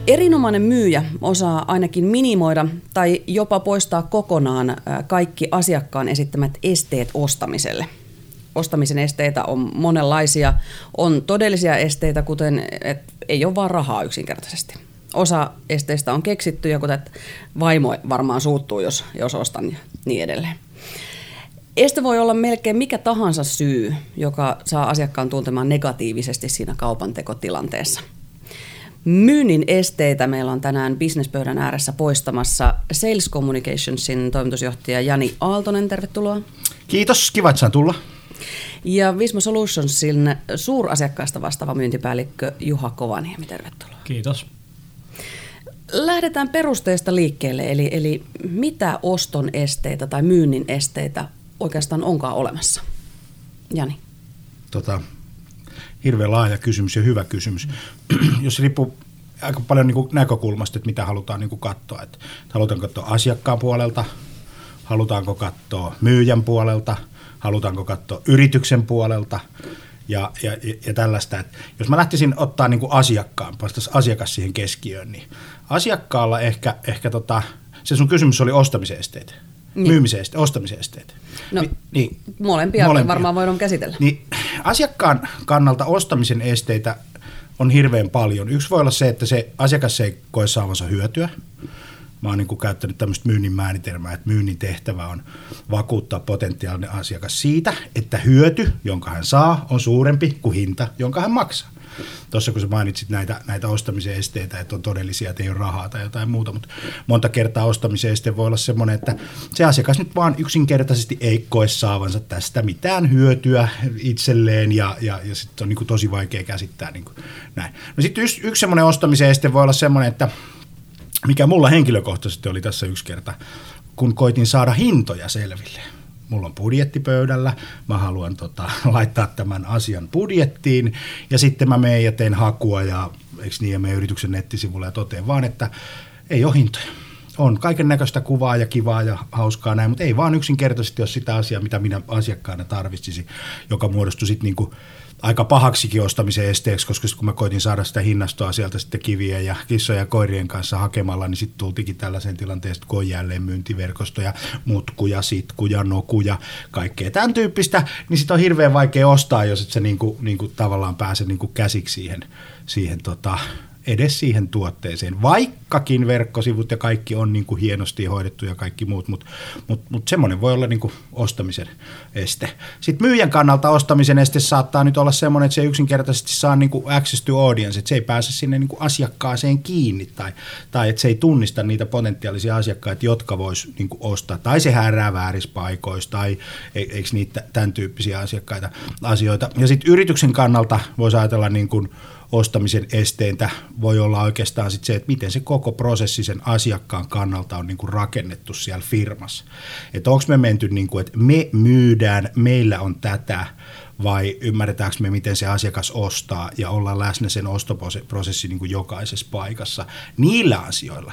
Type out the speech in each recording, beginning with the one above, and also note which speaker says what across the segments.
Speaker 1: Erinomainen myyjä osaa ainakin minimoida tai jopa poistaa kokonaan kaikki asiakkaan esittämät esteet ostamiselle. Ostamisen esteitä on monenlaisia. On todellisia esteitä, kuten että ei ole vaan rahaa yksinkertaisesti. Osa esteistä on keksitty, ja kuten vaimo varmaan suuttuu, jos ostan ja niin edelleen. Este voi olla melkein mikä tahansa syy, joka saa asiakkaan tuntemaan negatiivisesti siinä kaupantekotilanteessa. Myynnin esteitä meillä on tänään businesspöydän ääressä poistamassa Sales Communicationsin toimitusjohtaja Jani Aaltonen, tervetuloa.
Speaker 2: Kiitos, kiva, että saan tulla.
Speaker 1: Ja Visma Solutionsin suurasiakkaasta vastaava myyntipäällikkö Juha Kovaniemi, tervetuloa.
Speaker 3: Kiitos.
Speaker 1: Lähdetään perusteesta liikkeelle, eli mitä oston esteitä tai myynnin esteitä oikeastaan onkaan olemassa? Jani.
Speaker 2: Hirveän laaja kysymys ja hyvä kysymys. Jos riippuu aika paljon niin näkökulmasta, että mitä halutaan niin katsoa. Että halutaanko katsoa asiakkaan puolelta, halutaanko katsoa myyjän puolelta, halutaanko katsoa yrityksen puolelta ja tällaista. Että jos mä lähtisin ottaa niin asiakkaan, päästäisiin asiakas siihen keskiöön, niin asiakkaalla ehkä se sun kysymys oli ostamisen esteet. Niin. Myymisen esteet, ostamisen esteet.
Speaker 1: No, molempia varmaan voidaan käsitellä.
Speaker 2: Niin, asiakkaan kannalta ostamisen esteitä on hirveän paljon. Yksi voi olla se, että se asiakas ei koe saavansa hyötyä. Mä oon käyttänyt tämmöistä myynnin määritelmää, että myynnin tehtävä on vakuuttaa potentiaalinen asiakas siitä, että hyöty, jonka hän saa, on suurempi kuin hinta, jonka hän maksaa. Tuossa kun sä mainitsit näitä ostamisen esteitä, että on todellisia, että ei ole rahaa tai jotain muuta, mutta monta kertaa ostamisen este voi olla semmoinen, että se asiakas nyt vaan yksinkertaisesti ei koe saavansa tästä mitään hyötyä itselleen ja sitten on tosi vaikea käsittää näin. No sitten yksi semmoinen ostamisen este voi olla semmoinen, että mikä mulla henkilökohtaisesti oli tässä yksi kerta, kun koitin saada hintoja selville. Mulla on budjetti pöydällä, mä haluan laittaa tämän asian budjettiin ja sitten mä menen ja teen hakua ja meidän yrityksen nettisivulla ja totean vaan, että ei ole hintoja. On kaiken näköistä kuvaa ja kivaa ja hauskaa näin, mutta ei vaan yksinkertaisesti ole sitä asiaa, mitä minä asiakkaana tarvitsisi, joka muodostui sitten aika pahaksikin ostamisen esteeksi, koska kun mä koitin saada sitä hinnastoa sieltä sitten kivien ja kissojen ja koirien kanssa hakemalla, niin sitten tultikin tällaisen tilanteesta, kun on jälleen myyntiverkostoja, mutkuja, sitkuja, nokuja, kaikkea tämän tyyppistä, niin sitten on hirveän vaikea ostaa, jos et sä tavallaan pääse käsiksi siihen edes siihen tuotteeseen, vaikkakin verkkosivut ja kaikki on hienosti hoidettu ja kaikki muut, mutta semmoinen voi olla ostamisen este. Sitten myyjän kannalta ostamisen este saattaa nyt olla semmoinen, että se yksinkertaisesti saa access to audience, että se ei pääse sinne asiakkaaseen kiinni tai että se ei tunnista niitä potentiaalisia asiakkaita, jotka vois ostaa, tai se häärää väärissä paikoissa, tai eikö niitä tämän tyyppisiä asioita. Ja sitten yrityksen kannalta voisi ajatella ostamisen esteentä voi olla oikeastaan sit se, että miten se koko prosessi sen asiakkaan kannalta on rakennettu siellä firmassa. Että onko me menty, että me myydään, meillä on tätä, vai ymmärretäänkö me, miten se asiakas ostaa ja ollaan läsnä sen ostoprosessin jokaisessa paikassa niillä asioilla,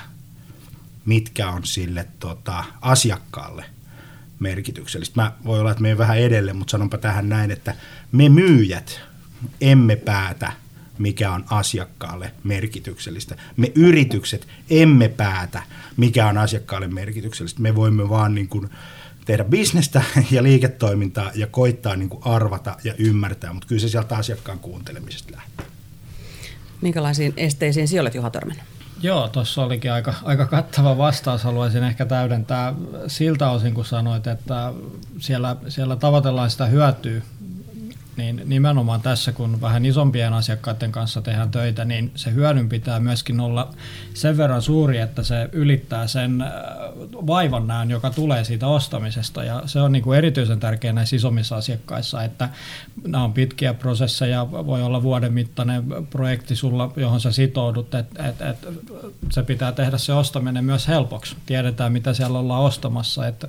Speaker 2: mitkä on sille asiakkaalle merkityksellistä. Voi olla, että me ei vähän edelle, mutta sanonpa tähän näin, että me myyjät emme päätä, mikä on asiakkaalle merkityksellistä. Me yritykset emme päätä, mikä on asiakkaalle merkityksellistä. Me voimme vaan tehdä bisnestä ja liiketoimintaa ja koittaa arvata ja ymmärtää, mutta kyllä se sieltä asiakkaan kuuntelemisesta lähtee.
Speaker 1: Minkälaisiin esteisiin sinä olet, Juha, törmännyt?
Speaker 3: Joo, tuossa olikin aika kattava vastaus. Haluaisin ehkä täydentää siltä osin, kun sanoit, että siellä tavoitellaan sitä hyötyä. Niin nimenomaan tässä, kun vähän isompien asiakkaiden kanssa tehdään töitä, niin se hyödyn pitää myöskin olla sen verran suuri, että se ylittää sen vaivannäön, joka tulee siitä ostamisesta. Ja se on erityisen tärkeää näissä isommissa asiakkaissa, että nämä on pitkiä prosesseja, voi olla vuoden mittainen projekti sulla, johon sä sitoudut, että se pitää tehdä se ostaminen myös helpoksi. Tiedetään, mitä siellä ollaan ostamassa, että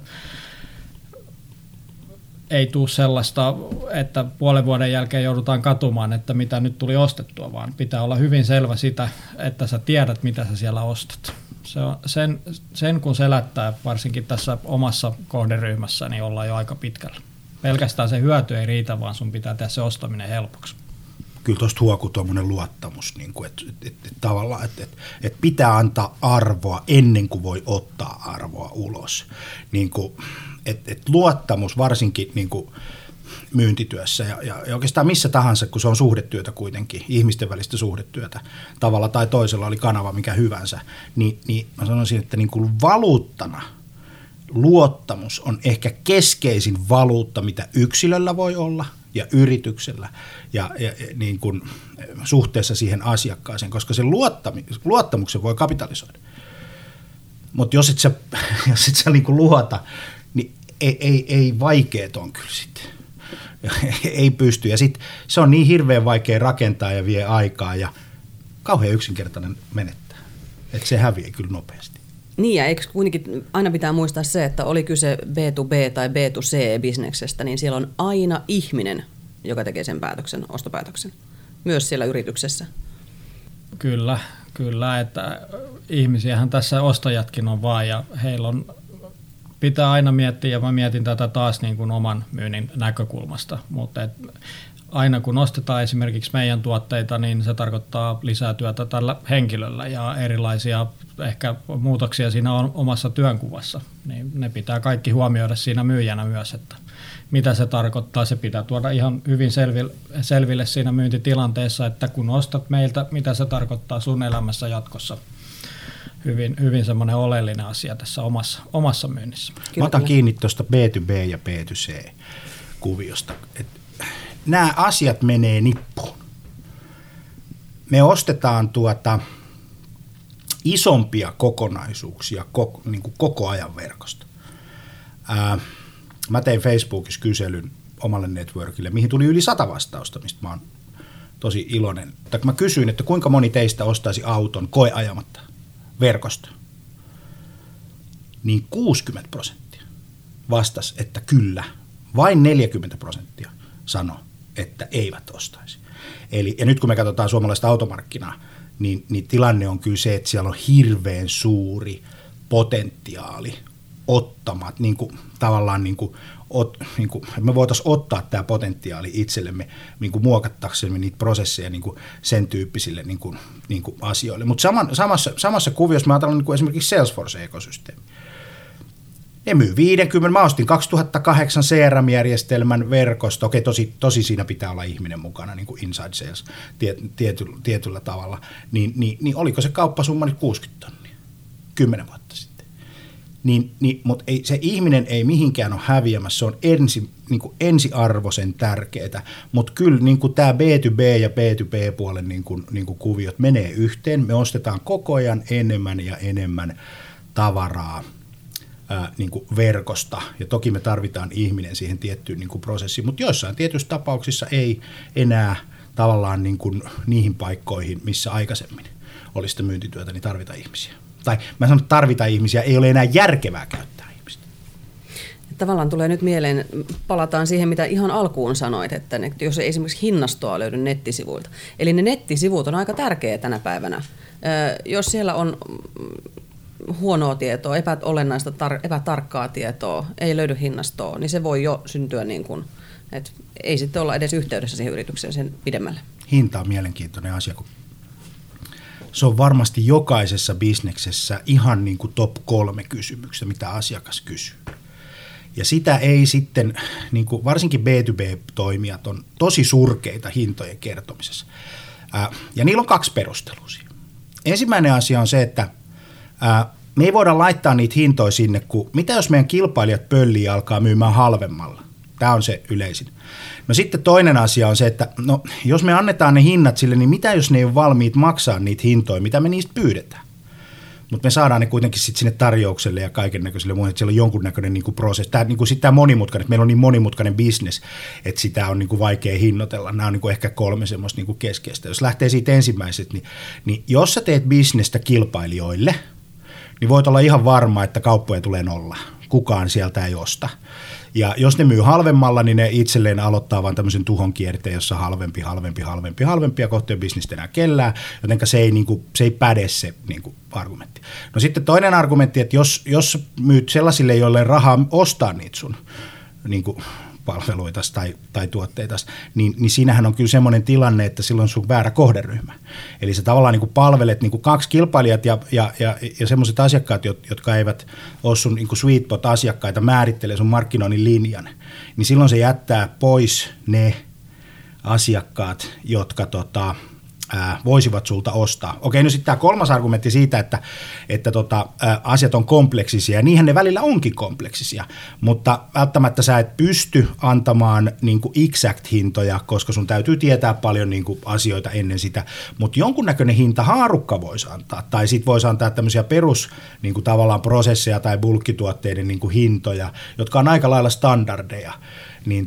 Speaker 3: ei tule sellaista, että puolen vuoden jälkeen joudutaan katumaan, että mitä nyt tuli ostettua, vaan pitää olla hyvin selvä sitä, että sä tiedät, mitä sä siellä ostat. Se on sen kun selättää, varsinkin tässä omassa kohderyhmässä, niin ollaan jo aika pitkällä. Pelkästään se hyöty ei riitä, vaan sun pitää tehdä se ostaminen helpoksi.
Speaker 2: kyllä tuosta huokuu tuommoinen luottamus, niin kuin, että tavallaan, että pitää antaa arvoa ennen kuin voi ottaa arvoa ulos. Niin kuin, että luottamus varsinkin niin kuin myyntityössä ja oikeastaan missä tahansa, kun se on suhdetyötä kuitenkin, ihmisten välistä suhdetyötä, tavalla tai toisella oli kanava mikä hyvänsä, niin mä sanoisin, että niin kuin valuuttana luottamus on ehkä keskeisin valuutta, mitä yksilöllä voi olla ja yrityksellä ja niin kuin suhteessa siihen asiakkaaseen, koska sen luottamuksen voi kapitalisoida. Mutta jos et sä niin kuin luota, niin ei vaikeet on kyllä sitten. Ei pysty. Ja sitten se on niin hirveän vaikea rakentaa ja vie aikaa ja kauhean yksinkertainen menettää. Että se häviää kyllä nopeasti.
Speaker 1: Niin, ja eikö kuitenkin aina pitää muistaa se, että oli kyse B2B tai B2C-bisneksestä, niin siellä on aina ihminen, joka tekee sen päätöksen, ostopäätöksen, myös siellä yrityksessä. Kyllä, että ihmisiähän tässä ostajatkin on vaan, ja heillä on, pitää aina miettiä, ja mä mietin tätä taas niin kuin oman myynnin näkökulmasta, mutta aina kun ostetaan esimerkiksi meidän tuotteita, niin se tarkoittaa lisää työtä tällä henkilöllä ja erilaisia ehkä muutoksia siinä omassa työnkuvassa. Niin ne pitää kaikki huomioida siinä myyjänä myös, että mitä se tarkoittaa. Se pitää tuoda ihan hyvin selville siinä myyntitilanteessa, että kun ostat meiltä, mitä se tarkoittaa sun elämässä jatkossa. Hyvin semmoinen oleellinen asia tässä omassa myynnissä.
Speaker 2: Mä otan kiinni tuosta B2B ja B2C-kuviosta. Nämä asiat menee nippuun. Me ostetaan isompia kokonaisuuksia niin kuin koko ajan verkosta. Mä tein Facebookissa kyselyn omalle networkille, mihin tuli yli 100 vastausta, mistä mä oon tosi iloinen. Kun mä kysyin, että kuinka moni teistä ostaisi auton koeajamatta verkosta, niin 60% vastasi, että kyllä. Vain 40% sanoi, että eivät ostaisi. Ja nyt kun me katsotaan suomalaista automarkkinaa, niin tilanne on kyllä se, että siellä on hirveän suuri potentiaali ottamat, niin kuin, tavallaan me voitaisiin ottaa tämä potentiaali itsellemme niin kuin muokattaksemme niitä prosesseja niin kuin sen tyyppisille niin kuin asioille. Mutta samassa kuviossa mä ajatellaan niin kuin esimerkiksi Salesforce-ekosysteemi. Ne myy 50, mä ostin 2008 CRM-järjestelmän verkosta, okei tosi siinä pitää olla ihminen mukana, niin kuin inside sales tietyllä tavalla, niin oliko se kauppasumma nyt 60 000 10 vuotta sitten. Mutta se ihminen ei mihinkään ole häviämässä, se on ensiarvoisen tärkeää, mutta kyllä niin tämä B2B ja B2B-puolen niin kuin kuviot menee yhteen, me ostetaan koko ajan enemmän ja enemmän tavaraa niin kuin verkosta, ja toki me tarvitaan ihminen siihen tiettyyn niin kuin prosessiin, mutta joissain tietyissä tapauksissa ei enää tavallaan niin kuin niihin paikkoihin, missä aikaisemmin oli sitä myyntityötä, niin tarvitaan ihmisiä. Tai mä sanon, että tarvitaan ihmisiä, ei ole enää järkevää käyttää ihmistä.
Speaker 1: Tavallaan tulee nyt mieleen, palataan siihen, mitä ihan alkuun sanoit, että jos ei esimerkiksi hinnastoa löydy nettisivuilta. Eli ne nettisivut on aika tärkeä tänä päivänä. Jos siellä on huonoa tietoa, epäolennaista, epätarkkaa tietoa, ei löydy hinnastoa, niin se voi jo syntyä niin kuin, että ei sitten olla edes yhteydessä siihen yritykseen sen pidemmälle.
Speaker 2: Hinta on mielenkiintoinen asia, kun se on varmasti jokaisessa bisneksessä ihan niin kuin top 3 kysymyksiä, mitä asiakas kysyy. Ja sitä ei sitten, niin kuin varsinkin B2B-toimijat on tosi surkeita hintojen kertomisessa. Ja niillä on 2 perustelua. Ensimmäinen asia on se, että me ei voida laittaa niitä hintoja sinne, kun mitä jos meidän kilpailijat pöllii alkaa myymään halvemmalla? Tämä on se yleisin. No sitten toinen asia on se, että no, jos me annetaan ne hinnat sille, niin mitä jos ne ei ole valmiit maksaa niitä hintoja, mitä me niistä pyydetään? Mutta me saadaan ne kuitenkin sitten sinne tarjoukselle ja kaiken näköiselle muille, että siellä on jonkunnäköinen niinku prosessi. Tämä niinku sitten tämä monimutkainen, että meillä on niin monimutkainen bisnes, että sitä on niinku vaikea hinnoitella. Nämä on niinku ehkä 3 semmoista niinku keskeistä. Jos lähtee siitä ensimmäisestä, niin jos sä teet bisnestä kilpailijoille, niin voit olla ihan varma, että kauppoja tulee nolla. Kukaan sieltä ei osta. Ja jos ne myy halvemmalla, niin ne itselleen aloittaa vaan tämmöisen tuhon kierteen, jossa halvempi ja kohti bisnestä enää kellään, jotenka se ei päde se niinku argumentti. No sitten toinen argumentti, että jos myyt sellaisille, joille rahaa ostaa niitä sun niinku palveluita tai tuotteita, niin siinähän on kyllä semmoinen tilanne, että silloin sun väärä kohderyhmä. Eli sä tavallaan niin kuin palvelet niin kuin kaksi kilpailijat ja semmoiset asiakkaat, jotka eivät ole sun niin kuin sweet spot-asiakkaita, määrittelee sun markkinoinnin linjan, niin silloin se jättää pois ne asiakkaat, jotka voisivat sulta ostaa. Okei, no sitten tämä kolmas argumentti siitä, että asiat on kompleksisia, ja niinhän ne välillä onkin kompleksisia, mutta välttämättä sä et pysty antamaan niin kuin exact-hintoja, koska sun täytyy tietää paljon niin kuin asioita ennen sitä, mutta jonkunnäköinen hintahaarukka voisi antaa, tai sitten voisi antaa tämmöisiä perus niin kuin tavallaan prosesseja tai bulkkituotteiden niin kuin hintoja, jotka on aika lailla standardeja, niin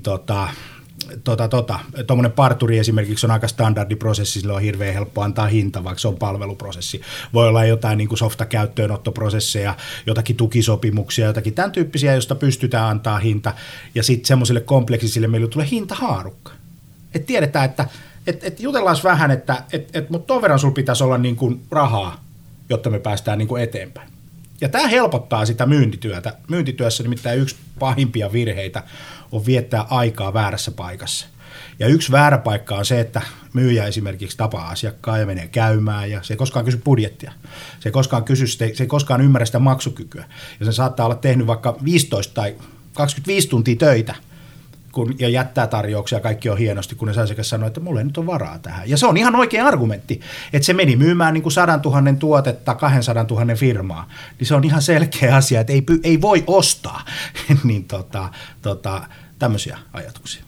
Speaker 2: tuommoinen parturi esimerkiksi on aika standardiprosessi, sille on hirveän helppo antaa hinta, vaikka se on palveluprosessi. Voi olla jotain niin kuin softa-käyttöönottoprosesseja, jotakin tukisopimuksia, jotakin tämän tyyppisiä, joista pystytään antaa hinta, ja sitten semmoisille kompleksisille meillä tulee hintahaarukka. Että tiedetään, että jutellaan vähän, mutta ton verran sulla pitäisi olla niin kuin rahaa, jotta me päästään niin kuin eteenpäin. Ja tämä helpottaa sitä myyntityötä. Myyntityössä nimittäin yksi pahimpia virheitä on viettää aikaa väärässä paikassa. Ja yksi väärä paikka on se, että myyjä esimerkiksi tapaa asiakkaan ja menee käymään ja se ei koskaan kysy budjettia. Se ei koskaan ymmärrä sitä maksukykyä. Ja se saattaa olla tehnyt vaikka 15 tai 25 tuntia töitä ja jättää tarjouksia, kaikki on hienosti, kun se asiakas sanoo, että mulla ei nyt ole varaa tähän. Ja se on ihan oikea argumentti, että se meni myymään niin kuin 100 000 tuotetta 200 000 firmaa. Niin se on ihan selkeä asia, että ei voi ostaa. Niin tämmöisiä ajatuksia.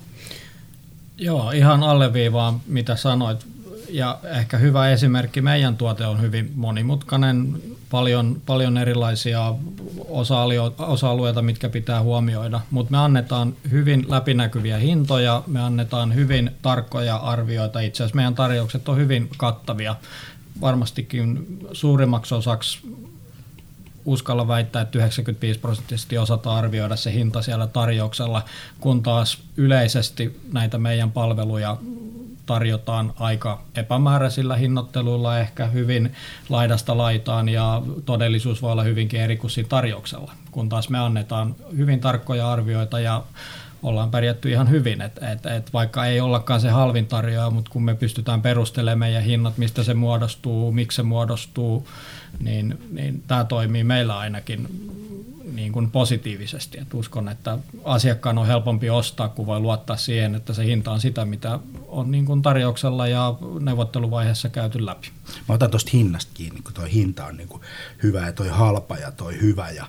Speaker 3: Joo, ihan alleviivaan, mitä sanoit. Ja ehkä hyvä esimerkki, meidän tuote on hyvin monimutkainen, paljon erilaisia osa-alueita, mitkä pitää huomioida, mutta me annetaan hyvin läpinäkyviä hintoja, me annetaan hyvin tarkkoja arvioita, itse asiassa meidän tarjoukset on hyvin kattavia, varmastikin suurimmaksi osaksi uskalla väittää, että 95% osataan arvioida se hinta siellä tarjouksella, kun taas yleisesti näitä meidän palveluja tarjotaan aika epämääräisillä hinnoitteluilla, ehkä hyvin laidasta laitaan, ja todellisuus voi olla hyvinkin eri kuin siinä tarjouksella, kun taas me annetaan hyvin tarkkoja arvioita ja ollaan pärjätty ihan hyvin, että vaikka ei ollakaan se halvin tarjoaja, mutta kun me pystytään perustelemaan meidän hinnat, mistä se muodostuu, miksi se muodostuu, niin tämä toimii meillä ainakin niin kuin positiivisesti. Et uskon, että asiakkaan on helpompi ostaa, kun voi luottaa siihen, että se hinta on sitä, mitä on niin kuin tarjouksella ja neuvotteluvaiheessa käyty läpi.
Speaker 2: Mä otan tuosta hinnasta kiinni, kun toi hinta on niin kuin hyvä ja toi halpa ja toi hyvä ja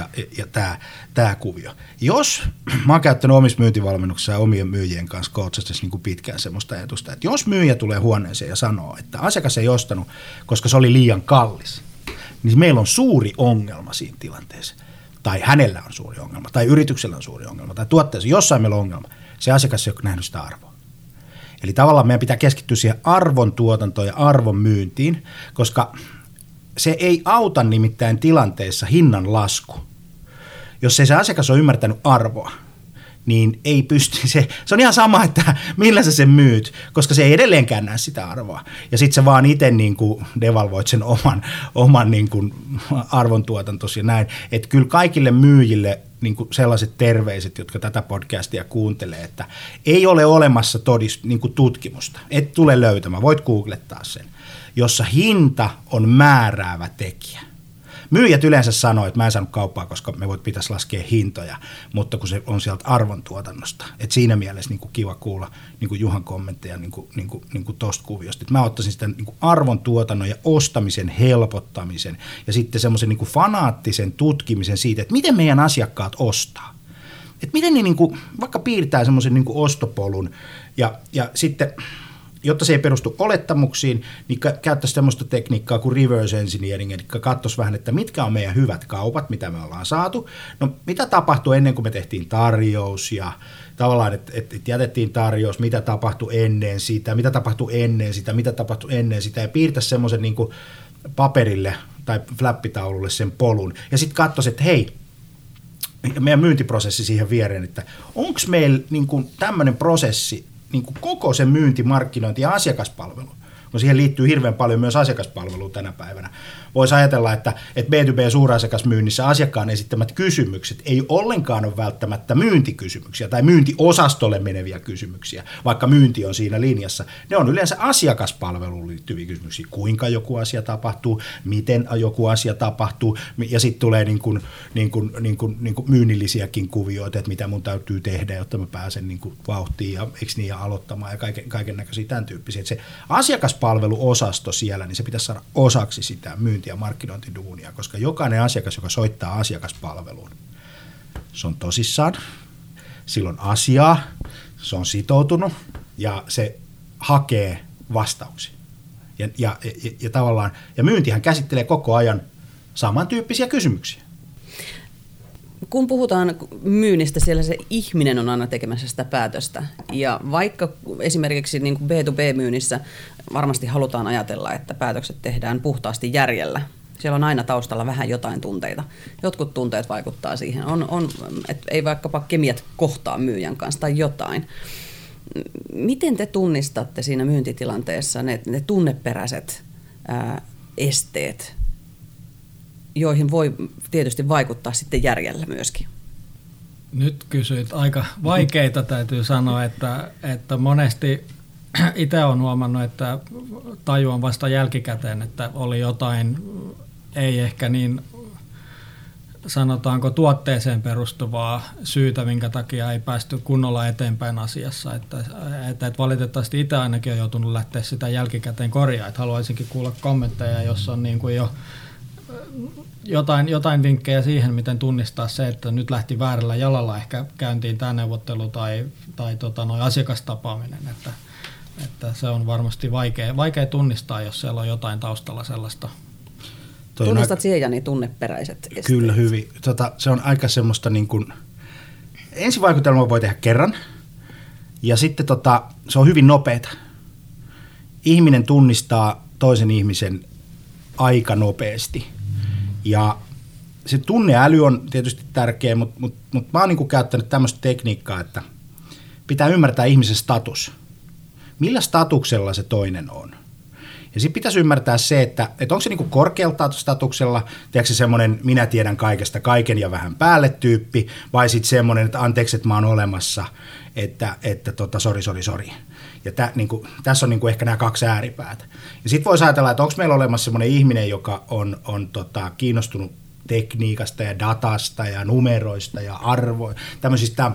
Speaker 2: tämä kuvio. Jos, mä oon käyttänyt omissa myyntivalmennuksissa ja omien myyjien kanssa coachastessa niin kuin pitkään semmoista ajatusta, että jos myyjä tulee huoneeseen ja sanoo, että asiakas ei ostanut, koska se oli liian kallis, niin meillä on suuri ongelma siinä tilanteessa. Tai hänellä on suuri ongelma, tai yrityksellä on suuri ongelma, tai tuotteessa jossain meillä on ongelma. Se asiakas ei ole nähnyt sitä arvoa. Eli tavallaan meidän pitää keskittyä siihen arvon tuotantoon ja arvon myyntiin, koska se ei auta nimittäin tilanteessa hinnan lasku. Jos ei se asiakas ole ymmärtänyt arvoa, niin ei pysty, se on ihan sama, että millä sä sen myyt, koska se ei edelleenkään näe sitä arvoa. Ja sit sä vaan itse niin kuin devalvoit sen oman niin kuin arvontuotantosi ja näin. Että kyllä kaikille myyjille niin kuin sellaiset terveiset, jotka tätä podcastia kuuntelee, että ei ole olemassa niin kuin tutkimusta. Et tule löytämään, voit googlettaa sen, jossa hinta on määräävä tekijä. Myyjät yleensä sanoo, että mä en saanut kauppaa, koska me pitäisi laskea hintoja, mutta kun se on sieltä arvontuotannosta. Et siinä mielessä niin kuin kiva kuulla niin kuin Juhan kommentteja niin kuin tosta kuviosta. Et mä ottaisin sitä niin kuin arvontuotannon ja ostamisen helpottamisen ja sitten semmoisen niin kuin fanaattisen tutkimisen siitä, että miten meidän asiakkaat ostaa. Että miten ne niin kuin, vaikka piirtää semmoisen niin kuin ostopolun ja sitten, jotta se ei perustu olettamuksiin, niin käyttäisi semmoista tekniikkaa kuin reverse engineering, eli katsoisi vähän, että mitkä on meidän hyvät kaupat, mitä me ollaan saatu. No mitä tapahtui ennen kuin me tehtiin tarjous ja tavallaan, että jätettiin tarjous, mitä tapahtui ennen sitä, mitä tapahtui ennen sitä, mitä tapahtui ennen sitä ja piirtäisi semmoisen niin kuin paperille tai flappitaululle sen polun ja sitten katsoisi, että hei, meidän myyntiprosessi siihen viereen, että onko meillä niin kuin tämmöinen prosessi, niin kuin koko sen myynti, markkinointi ja asiakaspalvelu No siihen liittyy hirveän paljon myös asiakaspalvelua tänä päivänä. Voisi ajatella, että B2B-suurasiakasmyynnissä asiakkaan esittämät kysymykset ei ollenkaan ole välttämättä myyntikysymyksiä tai myyntiosastolle meneviä kysymyksiä, vaikka myynti on siinä linjassa. Ne on yleensä asiakaspalveluun liittyviä kysymyksiä. Kuinka joku asia tapahtuu, miten joku asia tapahtuu, ja sitten tulee niin kuin myynnillisiäkin kuvioita, että mitä mun täytyy tehdä, jotta mä pääsen niin kuin vauhtiin ja aloittamaan ja kaiken näköisiä tämän tyyppisiä. Että se asiakaspalveluosasto siellä, niin se pitäisi saada osaksi sitä myynti- ja markkinointiduunia, koska jokainen asiakas, joka soittaa asiakaspalveluun, se on tosissaan, sillä on asiaa, se on sitoutunut ja se hakee vastauksia. Ja tavallaan, ja myyntihän käsittelee koko ajan samantyyppisiä kysymyksiä.
Speaker 1: Kun puhutaan myynnistä, siellä se ihminen on aina tekemässä sitä päätöstä. Ja vaikka esimerkiksi niin kuin B2B-myynnissä varmasti halutaan ajatella, että päätökset tehdään puhtaasti järjellä. Siellä on aina taustalla vähän jotain tunteita. Jotkut tunteet vaikuttaa siihen. Että ei vaikkapa kemiat kohtaa myyjän kanssa tai jotain. Miten te tunnistatte siinä myyntitilanteessa ne tunneperäiset esteet, joihin voi tietysti vaikuttaa sitten järjellä myöskin?
Speaker 3: Nyt kysyit aika vaikeita, täytyy sanoa, että monesti itse olen huomannut, että tajuan vasta jälkikäteen, että oli jotain ei ehkä niin, sanotaanko, tuotteeseen perustuvaa syytä, minkä takia ei päästy kunnolla eteenpäin asiassa. Että valitettavasti itse ainakin on joutunut lähteä sitä jälkikäteen korjaamaan. Että haluaisinkin kuulla kommentteja, jos on niin kuin jo jotain vinkkejä siihen, miten tunnistaa se, että nyt lähti väärällä jalalla ehkä käyntiin tämä neuvottelu tai asiakastapaaminen. Että se on varmasti vaikea tunnistaa, jos siellä on jotain taustalla sellaista.
Speaker 1: Tunnistat siihen, Jani, tunneperäiset esteet?
Speaker 2: Kyllä, hyvin. Se on aika semmoista, niin kuin, ensivaikutelma voi tehdä kerran, ja sitten se on hyvin nopeata. Ihminen tunnistaa toisen ihmisen aika nopeasti, ja se tunneäly on tietysti tärkeä, mutta mä oon niin kuin käyttänyt tämmöistä tekniikkaa, että pitää ymmärtää ihmisen status. Millä statuksella se toinen on? Ja sitten pitäisi ymmärtää se, että onko se niinku korkealla statuksella, tiedätkö se semmoinen minä tiedän kaikesta kaiken ja vähän päälle tyyppi, vai sitten semmoinen, että anteeksi, että mä oon olemassa, että sori. Ja tässä on niinku ehkä nämä kaksi ääripäätä. Ja sitten voisi ajatella, että onko meillä olemassa semmoinen ihminen, joka on kiinnostunut tekniikasta ja datasta ja numeroista ja arvoista, tämmöisistä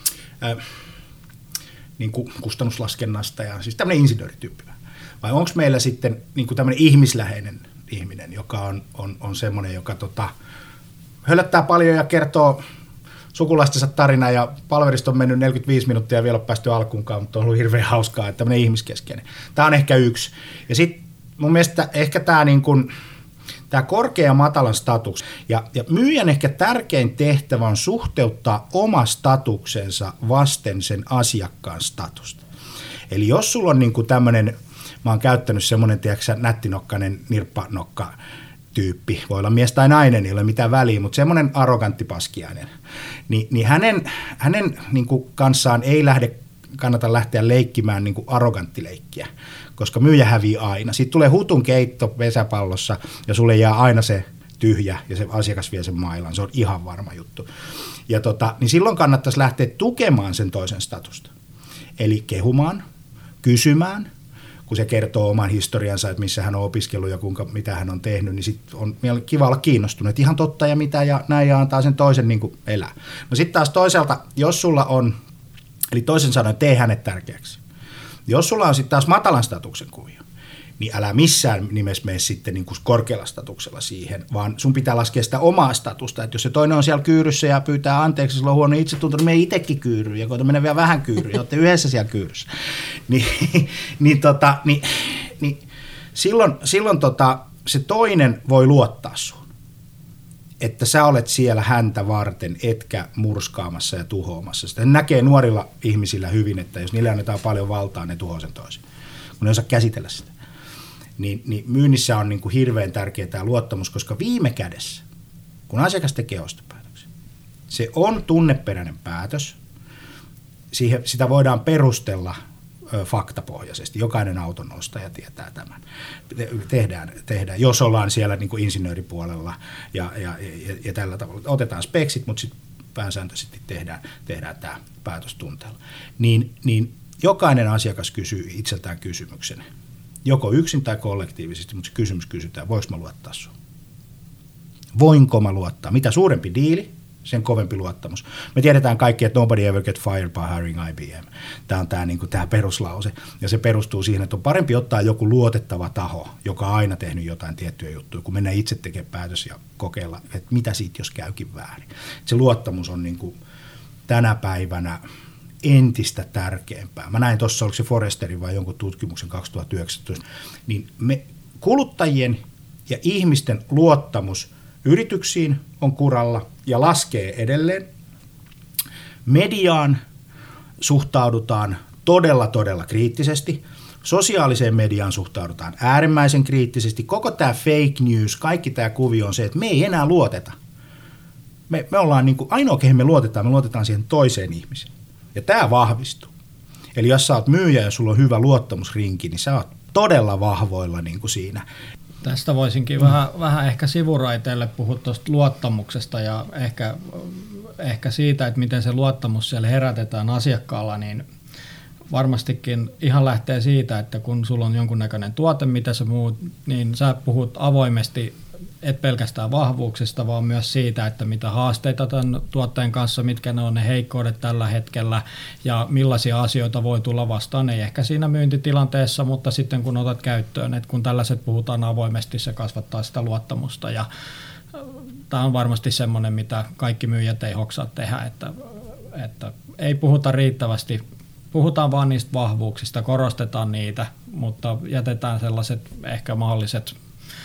Speaker 2: niinku kustannuslaskennasta ja siis tämmöinen insinöörityyppi. Vai onko meillä sitten niin kuin tämmöinen ihmisläheinen ihminen, joka on semmoinen, joka hölöttää paljon ja kertoo sukulaistensa tarinaa ja palverista on mennyt 45 minuuttia ja vielä ole päästy alkuunkaan, mutta on ollut hirveän hauskaa, että tämmöinen ihmiskeskeinen. Tämä on ehkä yksi. Ja sitten mun mielestä ehkä tämä korkea ja matalan status. Ja myyjän ehkä tärkein tehtävä on suhteuttaa oma statuksensa vasten sen asiakkaan statusta. Eli jos sulla on niin kuin tämmöinen, mä oon käyttänyt semmoinen, tiedätkö, nättinokkainen nirppanokka-tyyppi, voi olla mies tai nainen, ei ole mitään väliä, mutta semmoinen arrogantti paskiainen, niin hänen niin kuin kanssaan ei kannata lähteä leikkimään niin kuin arroganttileikkiä, koska myyjä hävii aina. Sitten tulee hutun keitto vesäpallossa ja sulle jää aina se tyhjä ja se asiakas vie sen mailan, se on ihan varma juttu. Ja niin silloin kannattaisi lähteä tukemaan sen toisen statusta, eli kehumaan, kysymään, kun se kertoo oman historiansa, että missä hän on opiskellut ja mitä hän on tehnyt, niin sitten on kiva olla kiinnostunut, että ihan totta ja mitä ja näin ja antaa sen toisen niin kuin elää. No sitten taas toisaalta, jos sulla on, eli toisen sanoen tee hänet tärkeäksi. Jos sulla on sitten taas matalan statuksen kuvio, niin älä missään nimessä mene sitten niin kuin korkealla statuksella siihen, vaan sun pitää laskea sitä omaa statusta, että jos se toinen on siellä kyyryssä ja pyytää anteeksi, sillä on huono itsetunto, niin mene itsekin kyyryyn ja koita mennä vielä vähän kyyryyn ja olette yhdessä siellä kyyryssä. Niin silloin se toinen voi luottaa sun, että sä olet siellä häntä varten, etkä murskaamassa ja tuhoamassa. Sitä näkee nuorilla ihmisillä hyvin, että jos niille annetaan paljon valtaa, ne tuhoaa sen toisen, kun ne osaa käsitellä sitä. Niin myynnissä on niin kuin hirveän tärkeä tämä luottamus, koska viime kädessä, kun asiakas tekee ostopäätöksen, se on tunneperäinen päätös. Sitä voidaan perustella faktapohjaisesti. Jokainen auton ostaja tietää tämän. Tehdään. Jos ollaan siellä niin kuin insinööripuolella ja tällä tavalla. Otetaan speksit, mutta sitten pääsääntöisesti tehdään tämä päätös tunteella. Niin jokainen asiakas kysyy itseltään kysymyksen. Joko yksin tai kollektiivisesti, mutta se kysymys kysytään, voinko mä luottaa sun? Voinko mä luottaa? Mitä suurempi diili, sen kovempi luottamus. Me tiedetään kaikki, että nobody ever get fired by hiring IBM. Tämä on tämä peruslause. Ja se perustuu siihen, että on parempi ottaa joku luotettava taho, joka on aina tehnyt jotain tiettyjä juttuja, kun mennään itse tekemään päätös ja kokeilla, että mitä siitä, jos käykin väärin. Se luottamus on niin kuin tänä päivänä entistä tärkeämpää. Mä näin tuossa, oliko se Forresterin vai jonkun tutkimuksen 2019, niin me kuluttajien ja ihmisten luottamus yrityksiin on kuralla ja laskee edelleen. Mediaan suhtaudutaan todella kriittisesti. Sosiaaliseen mediaan suhtaudutaan äärimmäisen kriittisesti. Koko tämä fake news, kaikki tämä kuvio on se, että me ei enää luoteta. Me ollaan niin kuin, ainoa kehen me luotetaan siihen toiseen ihmiseen. Ja tämä vahvistuu. Eli jos sä oot myyjä ja sulla on hyvä luottamusrinki, niin sä oot todella vahvoilla niin kuin siinä.
Speaker 3: Tästä voisinkin vähän ehkä sivuraiteelle puhua tuosta luottamuksesta ja ehkä siitä, että miten se luottamus siellä herätetään asiakkaalla, niin varmastikin ihan lähtee siitä, että kun sulla on jonkunnäköinen tuote, mitä sä muut, niin sä puhut avoimesti, et pelkästään vahvuuksista, vaan myös siitä, että mitä haasteita tämän tuotteen kanssa, mitkä ne on ne heikkoudet tällä hetkellä ja millaisia asioita voi tulla vastaan, ei ehkä siinä myyntitilanteessa, mutta sitten kun otat käyttöön, että kun tällaiset puhutaan avoimesti, se kasvattaa sitä luottamusta ja tämä on varmasti semmoinen, mitä kaikki myyjät ei hoksaa tehdä, että ei puhuta riittävästi, puhutaan vaan niistä vahvuuksista, korostetaan niitä, mutta jätetään sellaiset ehkä mahdolliset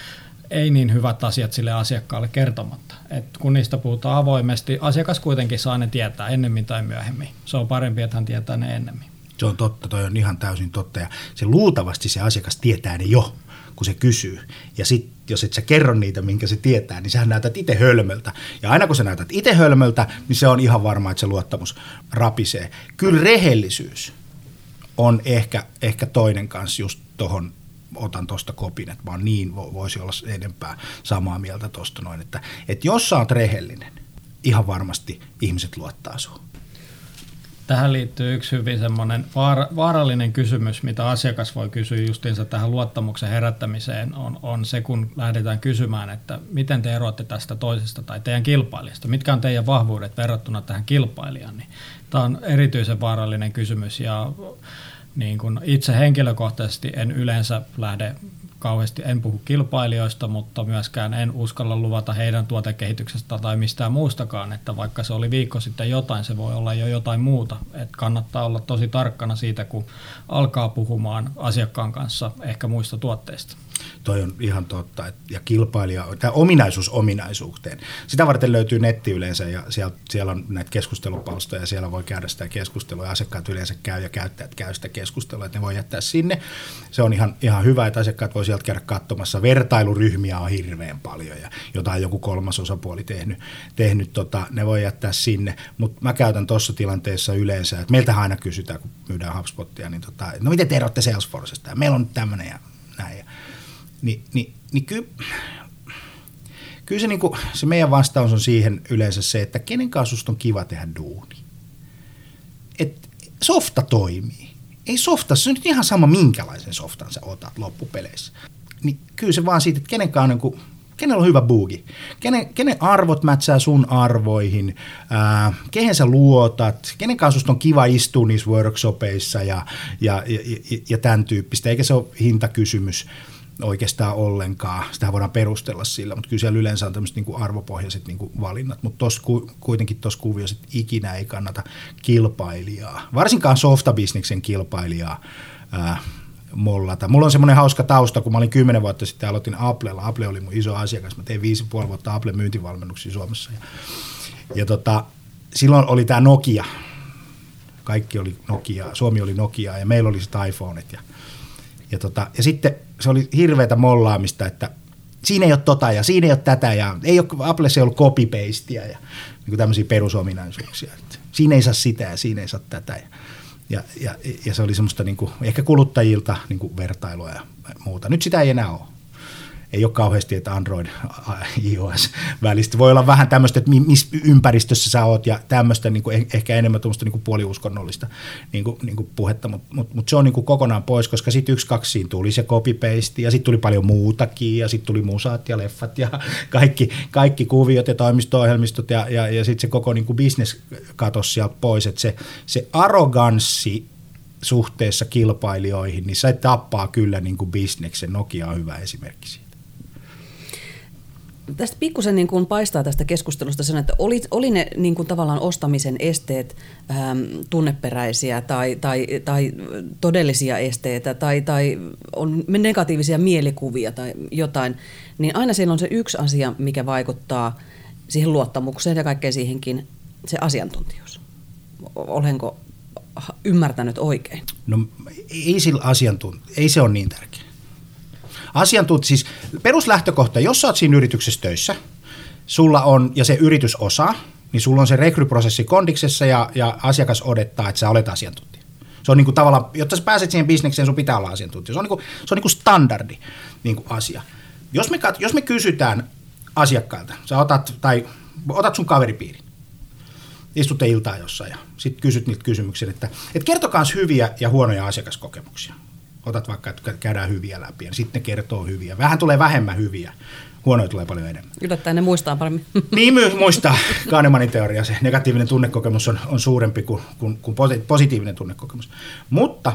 Speaker 3: ei niin hyvät asiat sille asiakkaalle kertomatta. Et kun niistä puhutaan avoimesti, asiakas kuitenkin saa ne tietää ennemmin tai myöhemmin. Se on parempi, että hän tietää ne ennemmin.
Speaker 2: Se on totta, toi on ihan täysin totta. Ja se luultavasti se asiakas tietää ne jo, kun se kysyy. Ja sitten jos et sä kerro niitä, minkä se tietää, niin sähän näytät itse hölmöltä. Ja aina kun sä näytät itse hölmöltä, niin se on ihan varma, että se luottamus rapisee. Kyllä rehellisyys on ehkä toinen kanssa just tohon. Otan tuosta kopin, että vaan niin voisi olla enempää samaa mieltä tuosta noin, että jos sä oot rehellinen, ihan varmasti ihmiset luottaa suhun.
Speaker 3: Tähän liittyy yksi hyvin semmoinen vaarallinen kysymys, mitä asiakas voi kysyä justiinsa tähän luottamuksen herättämiseen, on se, kun lähdetään kysymään, että miten te eroatte tästä toisesta tai teidän kilpailijasta, mitkä on teidän vahvuudet verrattuna tähän kilpailijaan, niin tämä on erityisen vaarallinen kysymys ja niin kun itse henkilökohtaisesti en yleensä lähde kauheasti, en puhu kilpailijoista, mutta myöskään en uskalla luvata heidän tuotekehityksestä tai mistään muustakaan, että vaikka se oli viikko sitten jotain, se voi olla jo jotain muuta. Että kannattaa olla tosi tarkkana siitä, kun alkaa puhumaan asiakkaan kanssa ehkä muista tuotteista.
Speaker 2: Toi on ihan totta. Ja kilpailija, tämä ominaisuus ominaisuuteen. Sitä varten löytyy netti yleensä ja siellä on näitä keskustelupalstoja ja siellä voi käydä sitä keskustelua ja asiakkaat yleensä käy ja käyttäjät käy sitä keskustelua, että ne voi jättää sinne. Se on ihan hyvä, että asiakkaat voi sieltä käydä katsomassa. Vertailuryhmiä on hirveän paljon ja jotain joku kolmas osapuoli tehnyt ne voi jättää sinne. Mutta mä käytän tuossa tilanteessa yleensä, että meiltähän aina kysytään, kun myydään HubSpotia, niin no miten te erotte Salesforcesta? Ja meillä on nyt tämmöinen ja näin. Niin kyllä se, se meidän vastaus on siihen yleensä se, että kenen kanssa susta on kiva tehdä duuni. Et softa toimii. Ei softa, se on nyt ihan sama minkälaisen softan sä otat loppupeleissä. Niin kyllä se vaan siitä, että kenellä on hyvä buugi. Kenen arvot mätsää sun arvoihin, kehen sä luotat, kenen kanssa susta on kiva istua niissä workshopeissa ja tämän tyyppistä. Eikä se ole hintakysymys oikeastaan ollenkaan. Sitä voidaan perustella sillä, mutta kyllä siellä yleensä on tämmöiset niin kuin arvopohjaiset niin kuin valinnat, mutta kuitenkin tuossa kuviossa ikinä ei kannata kilpailijaa, varsinkaan softabisneksen kilpailijaa mollata. Mulla on semmoinen hauska tausta, kun mä olin 10 vuotta sitten aloitin Applella. Apple oli mun iso asiakas. Mä tein 5,5 vuotta Applen myyntivalmennuksia Suomessa. Ja silloin oli tää Nokia. Kaikki oli Nokiaa. Suomi oli Nokiaa ja meillä oli sitten iPhoneit. Ja sitten se oli hirveätä mollaamista, että siinä ei ole tota ja siinä ei ole tätä ja Applessa ei ollut copy-pastea ja niin tämmöisiä perusominaisuuksia. Että siinä ei saa sitä ja siinä ei saa tätä. Ja se oli semmoista niin kuin, ehkä kuluttajilta niin kuin vertailua ja muuta. Nyt sitä ei enää ole. Ei ole kauheasti, että Android, iOS välistä. Voi olla vähän tämmöistä, että missä ympäristössä sä oot ja tämmöistä niin kuin ehkä enemmän tämmöistä niin kuin puoliuskonnollista niin kuin puhetta, mutta se on niin kuin kokonaan pois, koska sitten 1-2 siinä tuli se copy-paste ja sitten tuli paljon muutakin ja sitten tuli musat ja leffat ja kaikki kuviot ja toimisto-ohjelmistot ja sitten se koko niin kuin business katosi sieltä pois, että se arroganssi suhteessa kilpailijoihin, niin se tappaa kyllä niin kuin bisneksen. Nokia on hyvä esimerkki siitä.
Speaker 1: Tästä pikkusen niin kuin paistaa tästä keskustelusta sen, että oli ne niin kuin tavallaan ostamisen esteet tunneperäisiä tai todellisia esteitä tai on negatiivisia mielikuvia tai jotain, niin aina siellä on se yksi asia, mikä vaikuttaa siihen luottamukseen ja kaikkeen siihenkin, se asiantuntijuus. Olenko ymmärtänyt oikein?
Speaker 2: No ei se ole niin tärkeä. Siis peruslähtökohta, jos sä oot siinä yrityksessä töissä, sulla on, ja se yritys osaa, niin sulla on se rekryprosessi kondiksessa ja asiakas odottaa, että sä olet asiantuntija. Se on niin kuin tavallaan, jotta sä pääset siihen bisnekseen, sun pitää olla asiantuntija. Se on niin kuin standardi niin kuin asia. Jos me kysytään asiakkailta, sä otat sun kaveripiirin, istutte iltaa jossain ja sitten kysyt niitä kysymyksiä, että kertokaa hyviä ja huonoja asiakaskokemuksia. Otat vaikka, että käydään hyviä läpi ja sitten ne kertoo hyviä. Vähän tulee vähemmän hyviä, huonoja tulee paljon enemmän.
Speaker 1: Yllättäen ne muistaa paremmin.
Speaker 2: Niin muistaa Kahnemanin teoria, se negatiivinen tunnekokemus on suurempi kuin positiivinen tunnekokemus. Mutta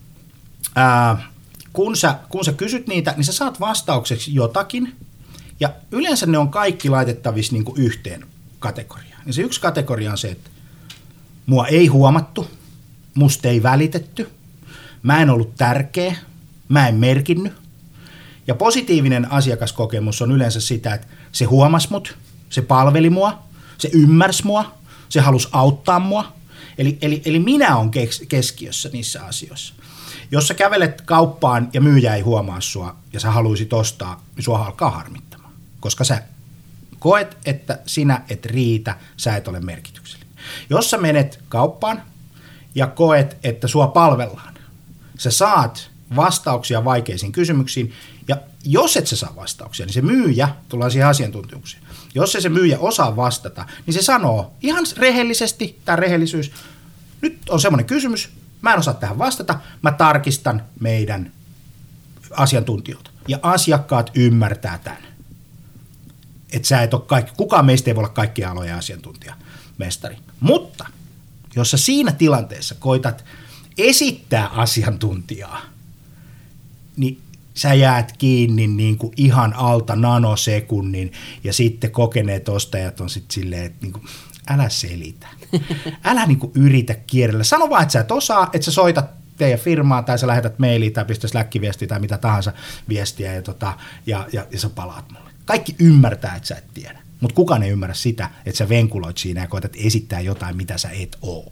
Speaker 2: kun sä kysyt niitä, niin sä saat vastaukseksi jotakin ja yleensä ne on kaikki laitettavissa niin kuin yhteen kategoriaan. Ja se yksi kategoria on se, että mua ei huomattu, musta ei välitetty, mä en ollut tärkeä, mä en merkinnyt. Ja positiivinen asiakaskokemus on yleensä sitä, että se huomasi mut, se palveli mua, se ymmärsi mua, se halusi auttaa mua. Eli minä olen keskiössä niissä asioissa. Jos sä kävelet kauppaan ja myyjä ei huomaa sua ja sä haluisit ostaa, niin sua alkaa harmittamaan, koska sä koet, että sinä et riitä, sä et ole merkityksellinen. Jos sä menet kauppaan ja koet, että sua palvellaan, sä saat vastauksia vaikeisiin kysymyksiin, ja jos et sä saa vastauksia, niin se myyjä, tullaan siihen asiantuntijuuksiin, jos se myyjä osaa vastata, niin se sanoo ihan rehellisesti, tämä rehellisyys, nyt on semmoinen kysymys, mä en osaa tähän vastata, mä tarkistan meidän asiantuntijoilta. Ja asiakkaat ymmärtää tämän. Että sä et ole kukaan meistä ei voi olla kaikkien alojen asiantuntija, mestari. Mutta jos sä siinä tilanteessa koitat esittää asiantuntijaa, niin sä jäät kiinni niin kuin ihan alta nanosekunnin ja sitten kokeneet ostajat on sitten silleen, että niin kuin, älä selitä. Älä niin kuin yritä kierrellä. Sano vaan, että sä et osaa, että sä soitat teidän firmaan tai sä lähetät mailia tai pistät Slack-viestiä tai mitä tahansa viestiä ja sä palaat mulle. Kaikki ymmärtää, että sä et tiedä, mutta kukaan ei ymmärrä sitä, että sä venkuloit siinä ja koetat esittää jotain, mitä sä et oo.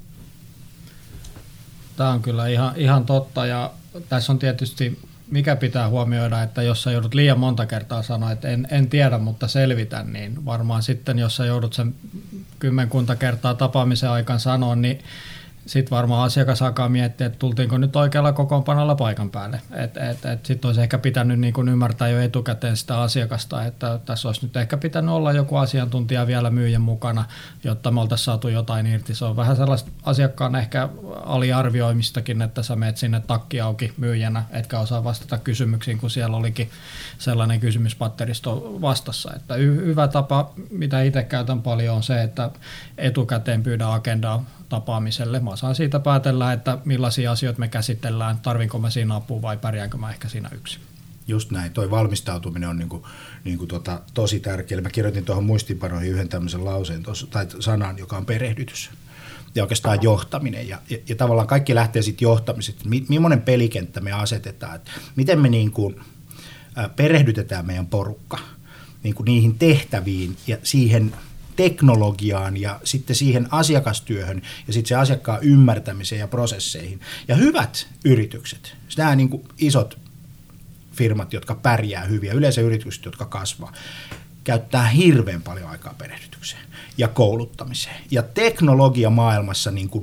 Speaker 3: Tämä on kyllä ihan totta ja tässä on tietysti, mikä pitää huomioida, että jos sä joudut liian monta kertaa sanoa, että en tiedä, mutta selvitän, niin varmaan sitten, jos sä joudut sen 10 kertaa tapaamisen aikaan sanoa, niin sitten varmaan asiakas alkaa miettiä, että tultiinko nyt oikealla kokoonpanolla paikan päälle. Sitten olisi ehkä pitänyt niin kuin ymmärtää jo etukäteen sitä asiakasta, että tässä olisi nyt ehkä pitänyt olla joku asiantuntija vielä myyjän mukana, jotta me oltaisiin saatu jotain irti. Se on vähän sellaista asiakkaan ehkä aliarvioimistakin, että sä meet sinne takki auki myyjänä, etkä osaa vastata kysymyksiin, kun siellä olikin sellainen kysymyspatteristo vastassa. Että hyvä tapa, mitä itse käytän paljon, on se, että etukäteen pyydän agendaa tapaamiselle. Mä saan siitä päätellä, että millaisia asioita me käsitellään, tarvinko mä siinä apua vai pärjäänkö mä ehkä siinä yksin.
Speaker 2: Just näin, toi valmistautuminen on tosi tärkeä. Mä kirjoitin tuohon muistiinpanoihin yhden tämmöisen lauseen tai sanan, joka on perehdytys ja oikeastaan johtaminen. Ja tavallaan kaikki lähtee siitä johtamisesta, millainen pelikenttä me asetetaan, että miten me perehdytetään meidän porukka niihin tehtäviin ja siihen teknologiaan ja sitten siihen asiakastyöhön ja sitten se asiakkaan ymmärtämiseen ja prosesseihin. Ja hyvät yritykset, nämä isot firmat, jotka pärjää hyviä, yleensä yritykset, jotka kasvaa, käyttää hirveän paljon aikaa perehdytykseen ja kouluttamiseen. Ja teknologia maailmassa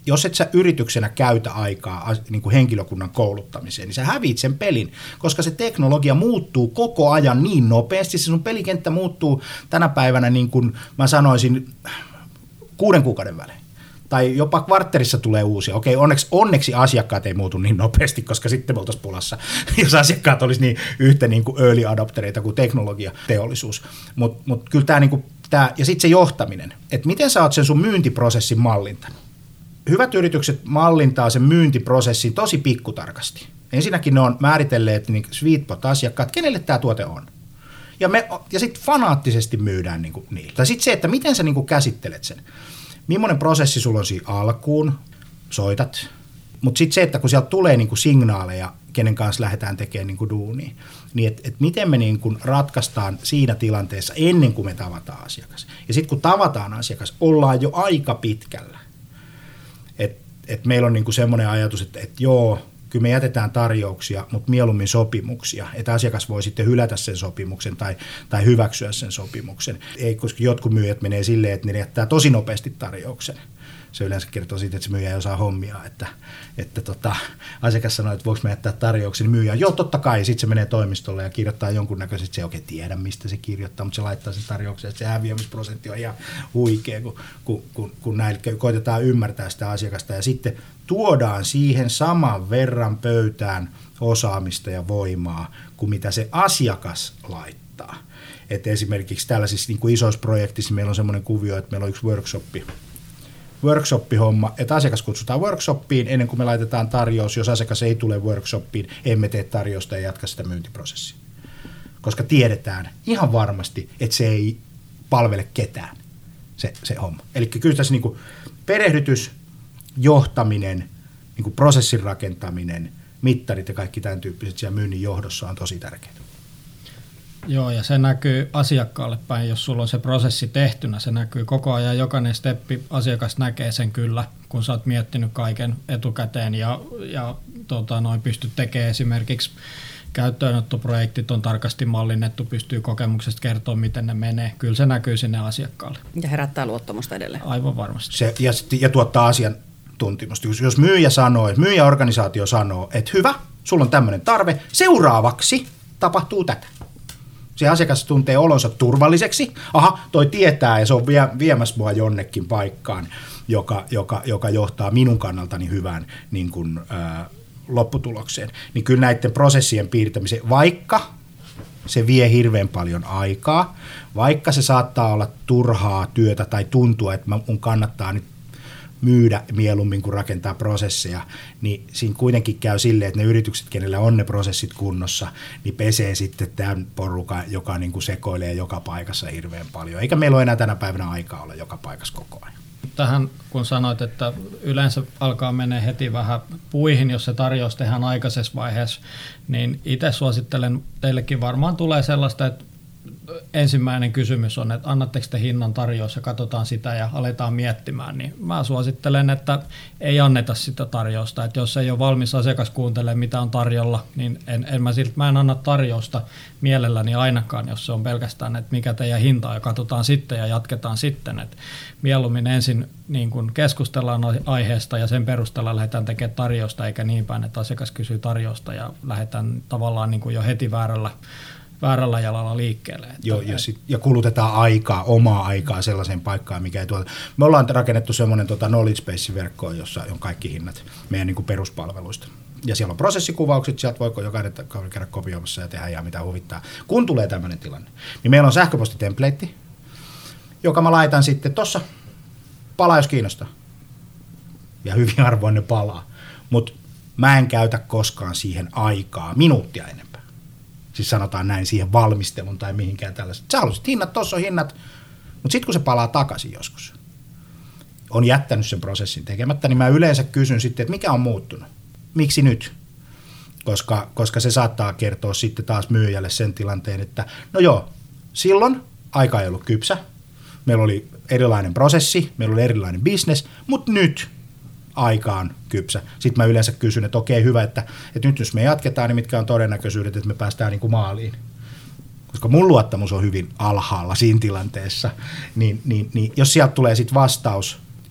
Speaker 2: jos et sä yrityksenä käytä aikaa niin kuin henkilökunnan kouluttamiseen, niin sä häviit sen pelin, koska se teknologia muuttuu koko ajan niin nopeasti, se sun pelikenttä muuttuu tänä päivänä niin kuin mä sanoisin 6 kuukauden välein. Tai jopa kvartterissa tulee uusia. Okei, onneksi asiakkaat ei muutu niin nopeasti, koska sitten me oltaisiin pulassa, jos asiakkaat olisi niin yhtä niin kuin early adoptereita kuin teknologiateollisuus. Mutta kyllä tämä, niin kuin, ja sitten se johtaminen, että miten sä oot sen sun myyntiprosessin mallintanut. Hyvät yritykset mallintaa sen myyntiprosessin tosi pikkutarkasti. Ensinnäkin ne on määritelleet niin sweet spot-asiakkaat, kenelle tämä tuote on. Ja sitten fanaattisesti myydään niin kuin niille. Tai sitten se, että miten sä niin kuin käsittelet sen. Millainen prosessi sulla on siinä alkuun, soitat, mutta sitten se, että kun sieltä tulee niinku signaaleja, kenen kanssa lähdetään tekemään niinku duunia, niin et miten me niinku ratkaistaan siinä tilanteessa ennen kuin me tavataan asiakas. Ja sitten kun tavataan asiakas, ollaan jo aika pitkällä. Et meillä on niinku semmoinen ajatus, että joo, kyllä me jätetään tarjouksia, mutta mieluummin sopimuksia, että asiakas voi sitten hylätä sen sopimuksen tai hyväksyä sen sopimuksen. Ei, koska jotkut myyjät menee silleen, että ne jättää tosi nopeasti tarjouksen. Se yleensä kertoo siitä, että se myyjä ei osaa hommia, että asiakas sanoo, että voiko me jättää tarjouksen, niin myyjä, joo totta kai, sitten se menee toimistolle ja kirjoittaa jonkunnäköisesti, se ei oikein tiedä, mistä se kirjoittaa, mutta se laittaa sen tarjouksen, että se häviämisprosentti on ihan huikea, kun näillä koitetaan ymmärtää sitä asiakasta ja sitten tuodaan siihen saman verran pöytään osaamista ja voimaa kuin mitä se asiakas laittaa. Et esimerkiksi tällaisissa niin kuin isoissa projektissa meillä on semmoinen kuvio, että meillä on yksi workshop-homma, että asiakas kutsutaan workshoppiin ennen kuin me laitetaan tarjous. Jos asiakas ei tule workshoppiin, emme tee tarjousta ja jatka sitä myyntiprosessia. Koska tiedetään ihan varmasti, että se ei palvele ketään, se homma. Eli kyllä tässä niin kuin perehdytys, johtaminen, niin kuin prosessin rakentaminen, mittarit ja kaikki tämän tyyppiset siellä myynnin johdossa on tosi tärkeää.
Speaker 3: Joo, ja se näkyy asiakkaalle päin, jos sulla on se prosessi tehtynä, se näkyy koko ajan, jokainen steppi, asiakas näkee sen kyllä, kun sä oot miettinyt kaiken etukäteen ja pystyt tekemään esimerkiksi käyttöönottoprojektit on tarkasti mallinnettu, pystyy kokemuksesta kertoa, miten ne menee. Kyllä se näkyy sinne asiakkaalle.
Speaker 1: Ja herättää luottamusta edelleen.
Speaker 3: Aivan varmasti.
Speaker 2: Ja tuottaa asiantuntemusta. Jos myyjäorganisaatio sanoo, että hyvä, sulla on tämmöinen tarve, seuraavaksi tapahtuu tätä. Se asiakas tuntee olonsa turvalliseksi. Aha, toi tietää ja se on viemässä mua jonnekin paikkaan, joka johtaa minun kannaltani hyvään niin kuin, lopputulokseen. Niin kyllä näiden prosessien piirtämiseen, vaikka se vie hirveän paljon aikaa, vaikka se saattaa olla turhaa työtä tai tuntua, että mun kannattaa nyt myydä mieluummin kuin rakentaa prosesseja, niin siinä kuitenkin käy silleen, että ne yritykset, kenellä on ne prosessit kunnossa, niin pesee sitten tämän porukan, joka niin kuin sekoilee joka paikassa hirveän paljon. Eikä meillä ole enää tänä päivänä aikaa olla joka paikassa koko ajan.
Speaker 3: Tähän kun sanoit, että yleensä alkaa mennä heti vähän puihin, jos se tarjous tehdään aikaisessa vaiheessa, niin itse suosittelen, teillekin varmaan tulee sellaista, että ensimmäinen kysymys on, että annatteko te hinnan tarjous ja katsotaan sitä ja aletaan miettimään, niin mä suosittelen, että ei anneta sitä tarjousta, että jos ei ole valmis asiakas kuuntelemaan, mitä on tarjolla, niin mä en anna tarjousta mielelläni ainakaan, jos se on pelkästään, että mikä teidän hinta on ja katsotaan sitten ja jatketaan sitten, että mieluummin ensin niin kun keskustellaan aiheesta ja sen perusteella lähdetään tekemään tarjousta, eikä niin päin, että asiakas kysyy tarjousta ja lähdetään tavallaan niin kuin jo heti väärällä jalalla liikkeelle.
Speaker 2: Ja kulutetaan omaa aikaa sellaiseen paikkaan, mikä ei tuota. Me ollaan rakennettu semmoinen knowledge base-verkko, jossa on kaikki hinnat meidän niin kuin peruspalveluista. Ja siellä on prosessikuvaukset, sieltä voiko jokainen käydä kopioimassa ja tehdä ihan mitä huvittaa. Kun tulee tämmöinen tilanne, niin meillä on sähköpostitempleitti, joka mä laitan sitten tuossa, palaa jos kiinnostaa. Ja hyvin harvoin ne palaa. Mutta mä en käytä koskaan siihen aikaa, minuuttia enempää. Siis sanotaan näin siihen valmistelun tai mihinkään tällaista. Sä haluaisit hinnat, tossa on hinnat, mutta sitten kun se palaa takaisin joskus, on jättänyt sen prosessin tekemättä, niin mä yleensä kysyn sitten, että mikä on muuttunut? Miksi nyt? Koska se saattaa kertoa sitten taas myyjälle sen tilanteen, että no joo, silloin aika ei ollut kypsä, meillä oli erilainen prosessi, meillä oli erilainen business, mutta nyt aika on kypsä. Sitten mä yleensä kysyn, että okei, hyvä, että nyt jos me jatketaan, niin mitkä on todennäköisyydet, että me päästään niin kuin maaliin. Koska mun luottamus on hyvin alhaalla siinä tilanteessa, niin jos sieltä tulee sitten vastaus,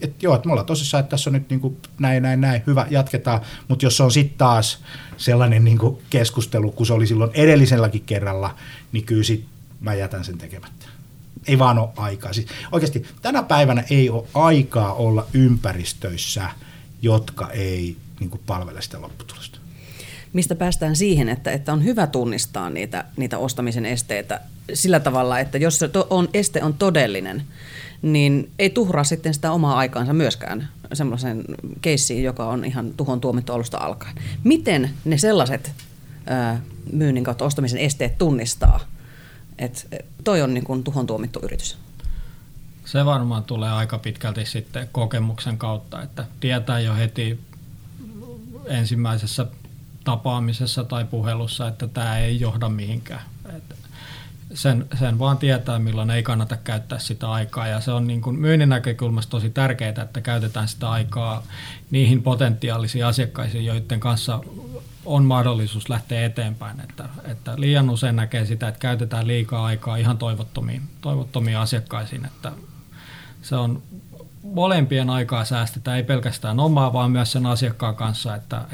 Speaker 2: että me ollaan tosissaan, että tässä on nyt niin kuin näin, hyvä, jatketaan, mutta jos on sitten taas sellainen niin kuin keskustelu, kun se oli silloin edelliselläkin kerralla, niin kyllä sit mä jätän sen tekemättä. Ei vaan ole aikaa. Siis oikeasti tänä päivänä ei ole aikaa olla ympäristöissä, jotka ei niin kuin palvele sitä lopputulosta.
Speaker 1: Mistä päästään siihen, että on hyvä tunnistaa niitä ostamisen esteitä sillä tavalla, että jos se este on todellinen, niin ei tuhraa sitten sitä omaa aikaansa myöskään semmoisen keissiin, joka on ihan tuhon tuomittu alusta alkaen. Miten ne sellaiset myynnin kautta ostamisen esteet tunnistaa? Että toi on niin kuin tuhon tuomittu yritys.
Speaker 3: Se varmaan tulee aika pitkälti sitten kokemuksen kautta, että tietää jo heti ensimmäisessä tapaamisessa tai puhelussa, että tämä ei johda mihinkään. Sen vaan tietää, milloin ei kannata käyttää sitä aikaa, ja se on niin kuin myynnin näkökulmasta tosi tärkeää, että käytetään sitä aikaa niihin potentiaalisiin asiakkaisiin, joiden kanssa on mahdollisuus lähteä eteenpäin. Että liian usein näkee sitä, että käytetään liikaa aikaa ihan toivottomiin asiakkaisiin, että se on molempien aikaa säästetään, ei pelkästään omaa, vaan myös sen asiakkaan kanssa, että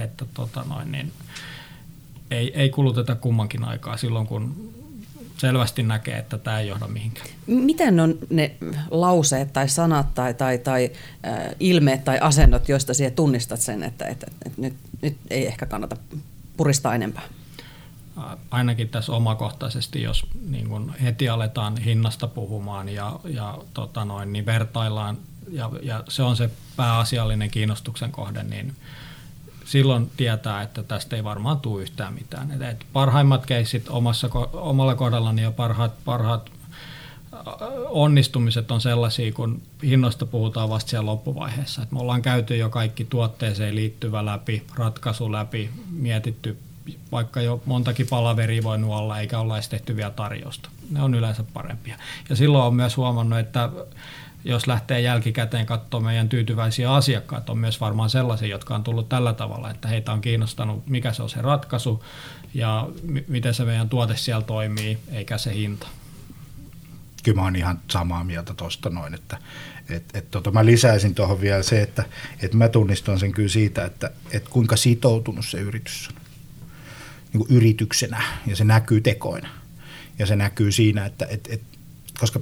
Speaker 3: ei kuluteta kummankin aikaa silloin, kun selvästi näkee, että tämä ei johda mihinkään.
Speaker 1: Miten on ne lauseet tai sanat tai ilmeet tai asennot, joista sinä tunnistat sen, että nyt ei ehkä kannata puristaa enempää?
Speaker 3: Ainakin tässä omakohtaisesti, jos niin kun heti aletaan hinnasta puhumaan niin vertaillaan, ja se on se pääasiallinen kiinnostuksen kohde, niin silloin tietää, että tästä ei varmaan tule yhtään mitään. Et parhaimmat keissit omalla kohdallani ja parhaat onnistumiset on sellaisia, kun hinnoista puhutaan vasta siellä loppuvaiheessa. Et me ollaan käyty jo kaikki tuotteeseen liittyvä läpi, ratkaisu läpi, mietitty, vaikka jo montakin palaveria voinut olla, eikä olla edes tehty vielä tarjousta. Ne on yleensä parempia. Ja silloin on myös huomannut, että jos lähtee jälkikäteen katsomaan meidän tyytyväisiä asiakkaita, on myös varmaan sellaisia, jotka on tullut tällä tavalla, että heitä on kiinnostanut, mikä se on se ratkaisu ja miten se meidän tuote siellä toimii, eikä se hinta.
Speaker 2: Kyllä mä oon ihan samaa mieltä tuosta noin, että mä lisäisin tuohon vielä se, että mä tunnistan sen kyllä siitä, että kuinka sitoutunut se yritys on niin kuin yrityksenä, ja se näkyy tekoina. Ja se näkyy siinä, että koska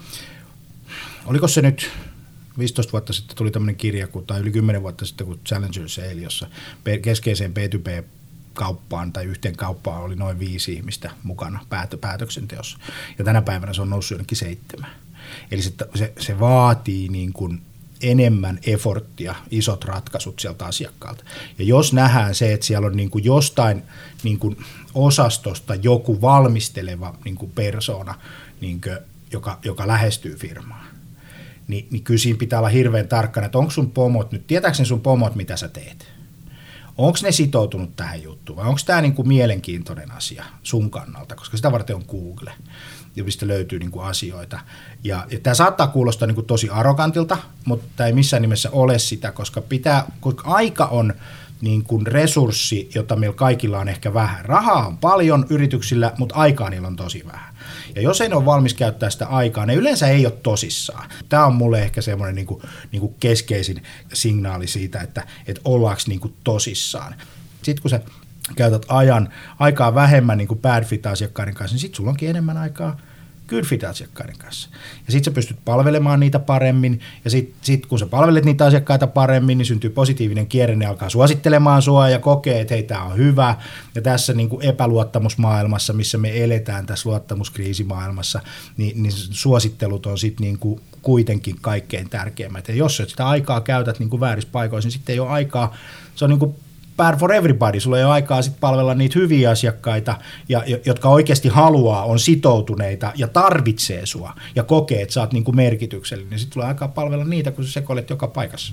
Speaker 2: oliko se nyt 15 vuotta sitten tuli tämmöinen kirja, tai yli 10 vuotta sitten, kun Challenger Sale, jossa keskeiseen B2B-kauppaan tai yhteen kauppaan oli noin 5 ihmistä mukana päätöksenteossa. Ja tänä päivänä se on noussut jonnekin 7. Eli se vaatii niin kuin enemmän efforttia, isot ratkaisut sieltä asiakkaalta. Ja jos nähdään se, että siellä on niin kuin jostain niin kuin osastosta joku valmisteleva niin kuin persoona, niin kuin, joka lähestyy firmaa, niin kyllä siinä pitää olla hirveän tarkkana, että onko sun pomot nyt, tietääkö sun pomot, mitä sä teet? Onko ne sitoutunut tähän juttuun vai onko tämä niin kuin mielenkiintoinen asia sun kannalta, koska sitä varten on Google, mistä löytyy niin kuin asioita. Ja tämä saattaa kuulostaa niin kuin tosi arrogantilta, mutta tämä ei missään nimessä ole sitä, koska aika on niin kuin resurssi, jota meillä kaikilla on ehkä vähän. Rahaa on paljon yrityksillä, mutta aikaa niillä on tosi vähän. Ja jos ei ne ole valmis käyttää sitä aikaa, ne yleensä ei ole tosissaan. Tämä on mulle ehkä semmoinen niin kuin keskeisin signaali siitä, että ollaanko niin kuin tosissaan. Sitten kun sä käytät aikaa vähemmän niin kuin bad fit-asiakkaiden kanssa, niin sitten sulla onkin enemmän aikaa good fit-asiakkaiden kanssa. Ja sitten sä pystyt palvelemaan niitä paremmin, ja sit kun sä palvelet niitä asiakkaita paremmin, niin syntyy positiivinen kierre, ne alkaa suosittelemaan sua ja kokee, että hei, tää on hyvä. Ja tässä niin kuin epäluottamusmaailmassa, missä me eletään tässä luottamuskriisimaailmassa, niin suosittelut on sitten niin kuin kuitenkin kaikkein tärkeimmät. Ja jos sä sitä aikaa käytät niin kuin väärissä paikoissa, niin sitten ei ole aikaa, se on niin kuin bad for everybody, sulla ei ole aikaa sit palvella niitä hyviä asiakkaita, jotka oikeasti haluaa, on sitoutuneita ja tarvitsee sua ja kokee, että sä oot niinku merkityksellinen. Sitten tulee aikaa palvella niitä, kun sä sekoilet joka paikassa.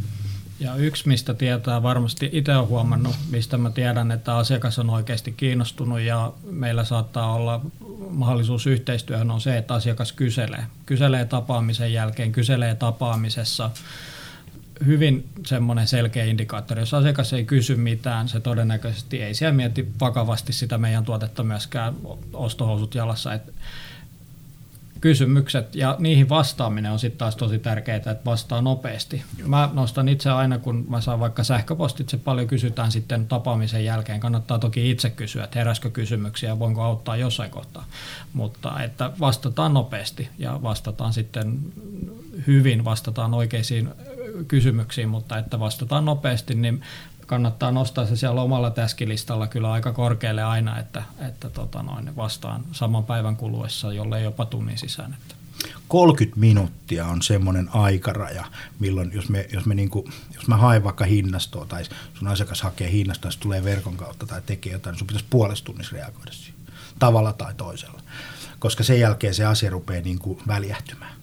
Speaker 3: Ja yksi, mistä tietää, varmasti itse olen huomannut, mistä mä tiedän, että asiakas on oikeasti kiinnostunut ja meillä saattaa olla mahdollisuus yhteistyöhön, on se, että asiakas kyselee tapaamisen jälkeen, kyselee tapaamisessa. Hyvin semmoinen selkeä indikaattori. Jos asiakas ei kysy mitään, se todennäköisesti ei siellä mieti vakavasti sitä meidän tuotetta myöskään ostohousut jalassa. kysymykset ja niihin vastaaminen on sitten taas tosi tärkeää, että vastaa nopeasti. Mä nostan itse aina, kun mä saan vaikka sähköpostitse, paljon kysytään sitten tapaamisen jälkeen. Kannattaa toki itse kysyä, että heräskö kysymyksiä, voinko auttaa jossain kohtaa. Mutta että vastataan nopeasti ja vastataan sitten hyvin, vastataan oikeisiin kysymyksiin, mutta että vastataan nopeasti, niin kannattaa nostaa se siellä omalla täskilistalla kyllä aika korkealle aina, että vastaan saman päivän kuluessa, jollei jopa tunnin sisään.
Speaker 2: 30 minuuttia on semmoinen aikaraja, milloin jos mä haen vaikka hinnastoa tai sun asiakas hakee hinnastoa, jos tulee verkon kautta tai tekee jotain, niin sun pitäisi puolessa tunnissa reagoida siihen, tavalla tai toisella, koska sen jälkeen se asia rupeaa niin kuin väljähtymään.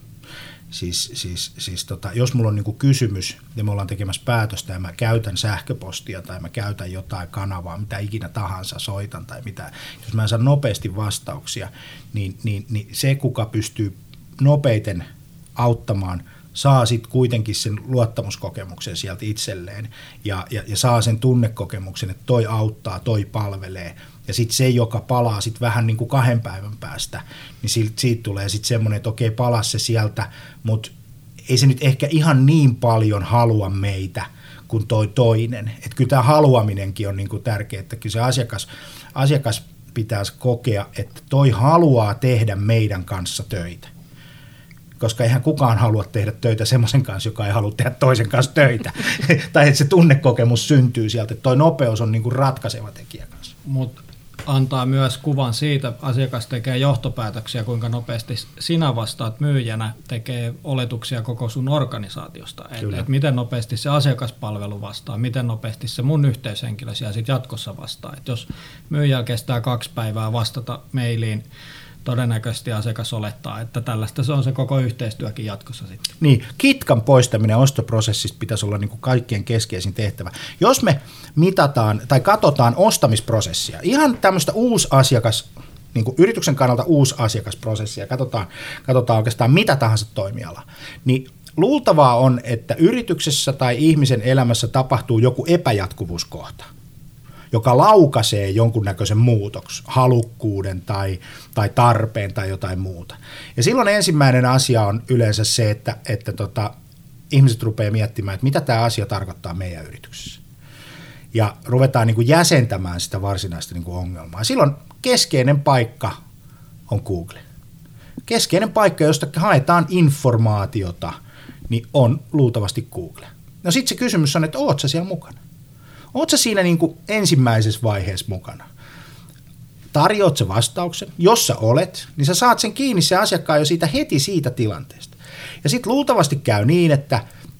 Speaker 2: Jos mulla on niin kuin kysymys ja me ollaan tekemässä päätöstä ja mä käytän sähköpostia tai mä käytän jotain kanavaa, mitä ikinä tahansa soitan tai mitä, jos mä en saa nopeasti vastauksia, niin se, kuka pystyy nopeiten auttamaan, saa sitten kuitenkin sen luottamuskokemuksen sieltä itselleen ja saa sen tunnekokemuksen, että toi auttaa, toi palvelee. Ja sitten se, joka palaa sitten vähän niin kuin 2 päivän päästä, niin siitä tulee sitten semmoinen, että okei, palaa se sieltä, mutta ei se nyt ehkä ihan niin paljon halua meitä kuin toi toinen. Että kyllä tämä haluaminenkin on niin kuin tärkeää, että kyllä se asiakas pitäisi kokea, että toi haluaa tehdä meidän kanssa töitä. Koska eihän kukaan halua tehdä töitä semmoisen kanssa, joka ei halua tehdä toisen kanssa töitä. Tai että se tunnekokemus syntyy sieltä, että toi nopeus on niin kuin ratkaiseva tekijä kanssa.
Speaker 3: Mutta antaa myös kuvan siitä, asiakas tekee johtopäätöksiä, kuinka nopeasti sinä vastaat myyjänä, tekee oletuksia koko sun organisaatiosta. Että miten nopeasti se asiakaspalvelu vastaa, miten nopeasti se mun yhteyshenkilö siellä sit jatkossa vastaa. Et jos myyjällä kestää 2 päivää vastata mailiin, todennäköisesti asiakas olettaa, että tällaista se on se koko yhteistyökin jatkossa sitten.
Speaker 2: Niin, kitkan poistaminen ostoprosessista pitäisi olla niin kuin kaikkien keskeisin tehtävä. Jos me mitataan tai katsotaan ostamisprosessia, ihan tämmöistä uusi asiakas, niin kuin yrityksen kannalta uusi asiakasprosessia, katsotaan oikeastaan mitä tahansa toimiala, niin luultavaa on, että yrityksessä tai ihmisen elämässä tapahtuu joku epäjatkuvuuskohta, joka laukaisee jonkunnäköisen muutoksen, halukkuuden tai tarpeen tai jotain muuta. Ja silloin ensimmäinen asia on yleensä se, että ihmiset rupeaa miettimään, että mitä tämä asia tarkoittaa meidän yrityksessä. Ja ruvetaan niin kuin jäsentämään sitä varsinaista niin kuin ongelmaa. Silloin keskeinen paikka on Google. Keskeinen paikka, josta haetaan informaatiota, niin on luultavasti Google. No sitten se kysymys on, että ootko sä siellä mukana? Oletko sä siinä niin kuin ensimmäisessä vaiheessa mukana? Tarjoat sä vastauksen? Jos sä olet, niin sä saat sen kiinni se asiakkaan jo heti siitä tilanteesta. Ja sitten luultavasti käy niin, että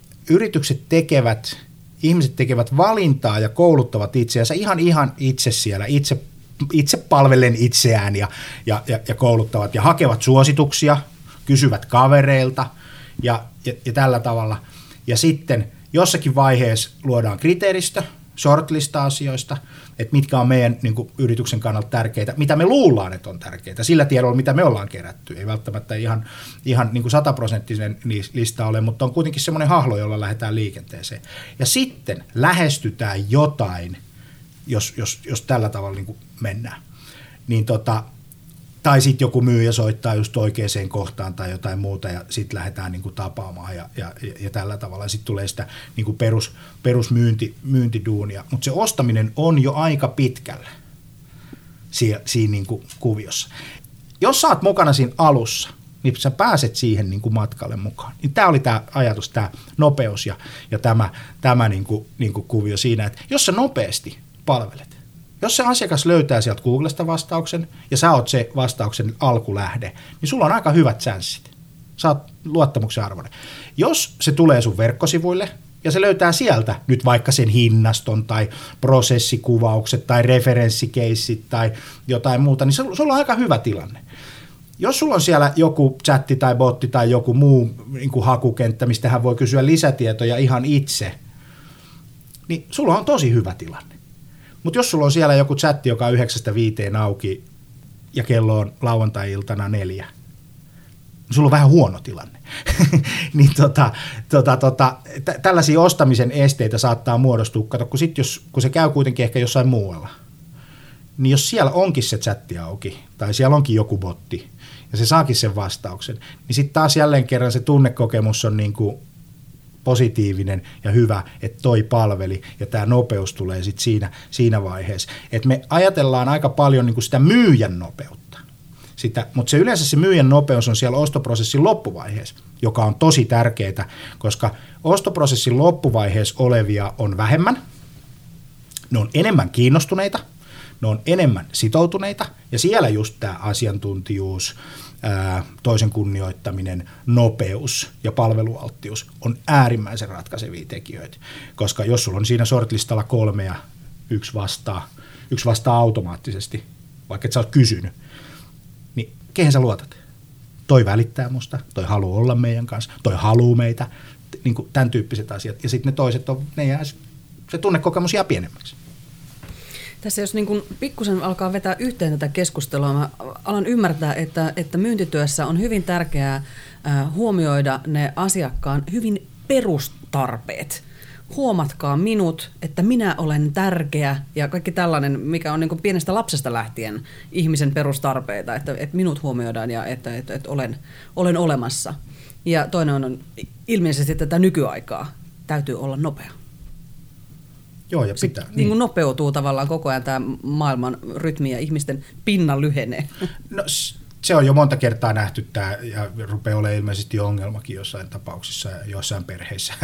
Speaker 2: ihmiset tekevät valintaa ja kouluttavat itseänsä ihan itse siellä, itse palvellen itseään ja kouluttavat ja hakevat suosituksia, kysyvät kavereilta ja tällä tavalla. Ja sitten jossakin vaiheessa luodaan kriteeristö, shortlista asioista, että mitkä on meidän niin kuin yrityksen kannalta tärkeitä, mitä me luullaan, että on tärkeitä, sillä tiedolla, mitä me ollaan kerätty. Ei välttämättä ihan niin kuin 100% lista ole, mutta on kuitenkin semmoinen hahlo, jolla lähdetään liikenteeseen. Ja sitten lähestytään jotain, jos tällä tavalla niin kuin mennään. Niin tai sitten joku myyjä soittaa just oikeaan kohtaan tai jotain muuta ja sitten lähdetään niin kuin tapaamaan ja tällä tavalla. Sitten tulee sitä niin kuin perusmyyntiduunia. Mutta se ostaminen on jo aika pitkällä siinä niin kuin kuviossa. Jos sä oot mukana siinä alussa, niin sä pääset siihen niin kuin matkalle mukaan. Niin tämä oli tämä ajatus, tämä nopeus ja tämä niin kuin kuvio siinä, että jos sä nopeasti palvelet, jos se asiakas löytää sieltä Googlesta vastauksen ja sä oot se vastauksen alkulähde, niin sulla on aika hyvät chanssit. Sä oot luottamuksen arvoinen. Jos se tulee sun verkkosivuille ja se löytää sieltä nyt vaikka sen hinnaston tai prosessikuvaukset tai referenssikeissit tai jotain muuta, niin sulla on aika hyvä tilanne. Jos sulla on siellä joku chatti tai botti tai joku muu niin kuin hakukenttä, mistä hän voi kysyä lisätietoja ihan itse, niin sulla on tosi hyvä tilanne. Mutta jos sulla on siellä joku chatti, joka on 9–5 auki ja kello on lauantai-iltana 4, niin sulla on vähän huono tilanne. Niin tällaisia ostamisen esteitä saattaa muodostua. Kato, kun se käy kuitenkin ehkä jossain muualla, niin jos siellä onkin se chatti auki tai siellä onkin joku botti ja se saakin sen vastauksen, niin sitten taas jälleen kerran se tunnekokemus on niin kuin positiivinen ja hyvä, että toi palveli ja tämä nopeus tulee sitten siinä vaiheessa. Et me ajatellaan aika paljon niin kuin sitä myyjän nopeutta, mutta se yleensä se myyjän nopeus on siellä ostoprosessin loppuvaiheessa, joka on tosi tärkeää, koska ostoprosessin loppuvaiheessa olevia on vähemmän, ne on enemmän kiinnostuneita, ne on enemmän sitoutuneita ja siellä just tämä asiantuntijuus, toisen kunnioittaminen, nopeus ja palvelualttius on äärimmäisen ratkaisevia tekijöitä, koska jos sulla on siinä shortlistalla 3 ja yksi vastaa automaattisesti, vaikka et sä oot kysynyt, niin kehen sä luotat? Toi välittää musta, toi haluaa olla meidän kanssa, toi haluaa meitä, niin kuin tämän tyyppiset asiat. Ja sitten ne toiset, se tunnekokemus jää pienemmäksi.
Speaker 1: Tässä jos niin kuin pikkusen alkaa vetää yhteen tätä keskustelua, mä alan ymmärtää, että myyntityössä on hyvin tärkeää huomioida ne asiakkaan hyvin perustarpeet. Huomatkaa minut, että minä olen tärkeä ja kaikki tällainen, mikä on niin kuin pienestä lapsesta lähtien ihmisen perustarpeita, että minut huomioidaan ja että olen olemassa. Ja toinen on ilmeisesti tätä nykyaikaa. Täytyy olla nopea.
Speaker 2: Joo, ja pitää.
Speaker 1: Niin kuin nopeutuu tavallaan koko ajan tämä maailman rytmi ja ihmisten pinna lyhenee.
Speaker 2: No, se on jo monta kertaa nähty tämä ja rupeaa olemaan ilmeisesti ongelmakin jossain tapauksissa ja jossain perheissä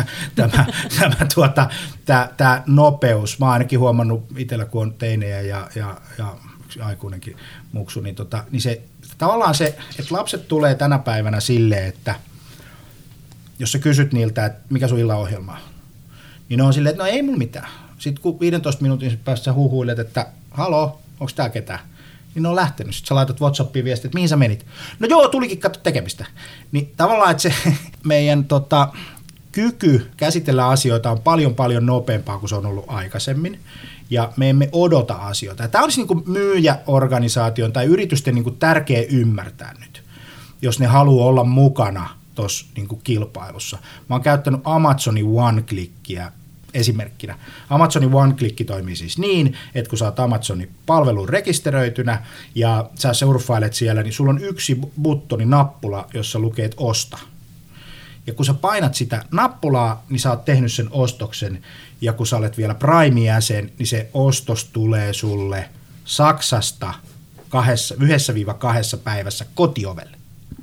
Speaker 2: tämä nopeus. Mä oon ainakin huomannut itsellä, kun on teinejä ja aikuinenkin muksu, niin se tavallaan se, että lapset tulee tänä päivänä silleen, että jos sä kysyt niiltä, että mikä sun illan-ohjelma on, niin ne on silleen, että no ei mulla mitään. Sitten kun 15 minuutin päästä sä huhuilet, että haloo, onko tää ketään? Niin ne on lähtenyt. Sitten sä laitat WhatsAppiin viestiä, että mihin sä menit? No joo, tulikin katso tekemistä. Niin tavallaan, että se meidän kyky käsitellä asioita on paljon nopeampaa kuin se on ollut aikaisemmin. Ja me emme odota asioita. Tämä olisi niin kuin myyjäorganisaation tai yritysten niin kuin tärkeä ymmärtää nyt, jos ne haluaa olla mukana tuossa niin kuin kilpailussa. Mä oon käyttänyt Amazonin OneClickia esimerkkinä. Amazonin OneClick toimii siis niin, että kun sä oot Amazonin palveluun rekisteröitynä ja sä surffailet siellä, niin sulla on yksi buttoni nappula, jossa lukee, että osta. Ja kun sä painat sitä nappulaa, niin sä oot tehnyt sen ostoksen, ja kun sä olet vielä Prime-jäsen, niin se ostos tulee sulle Saksasta 1-2 päivässä kotiovelle.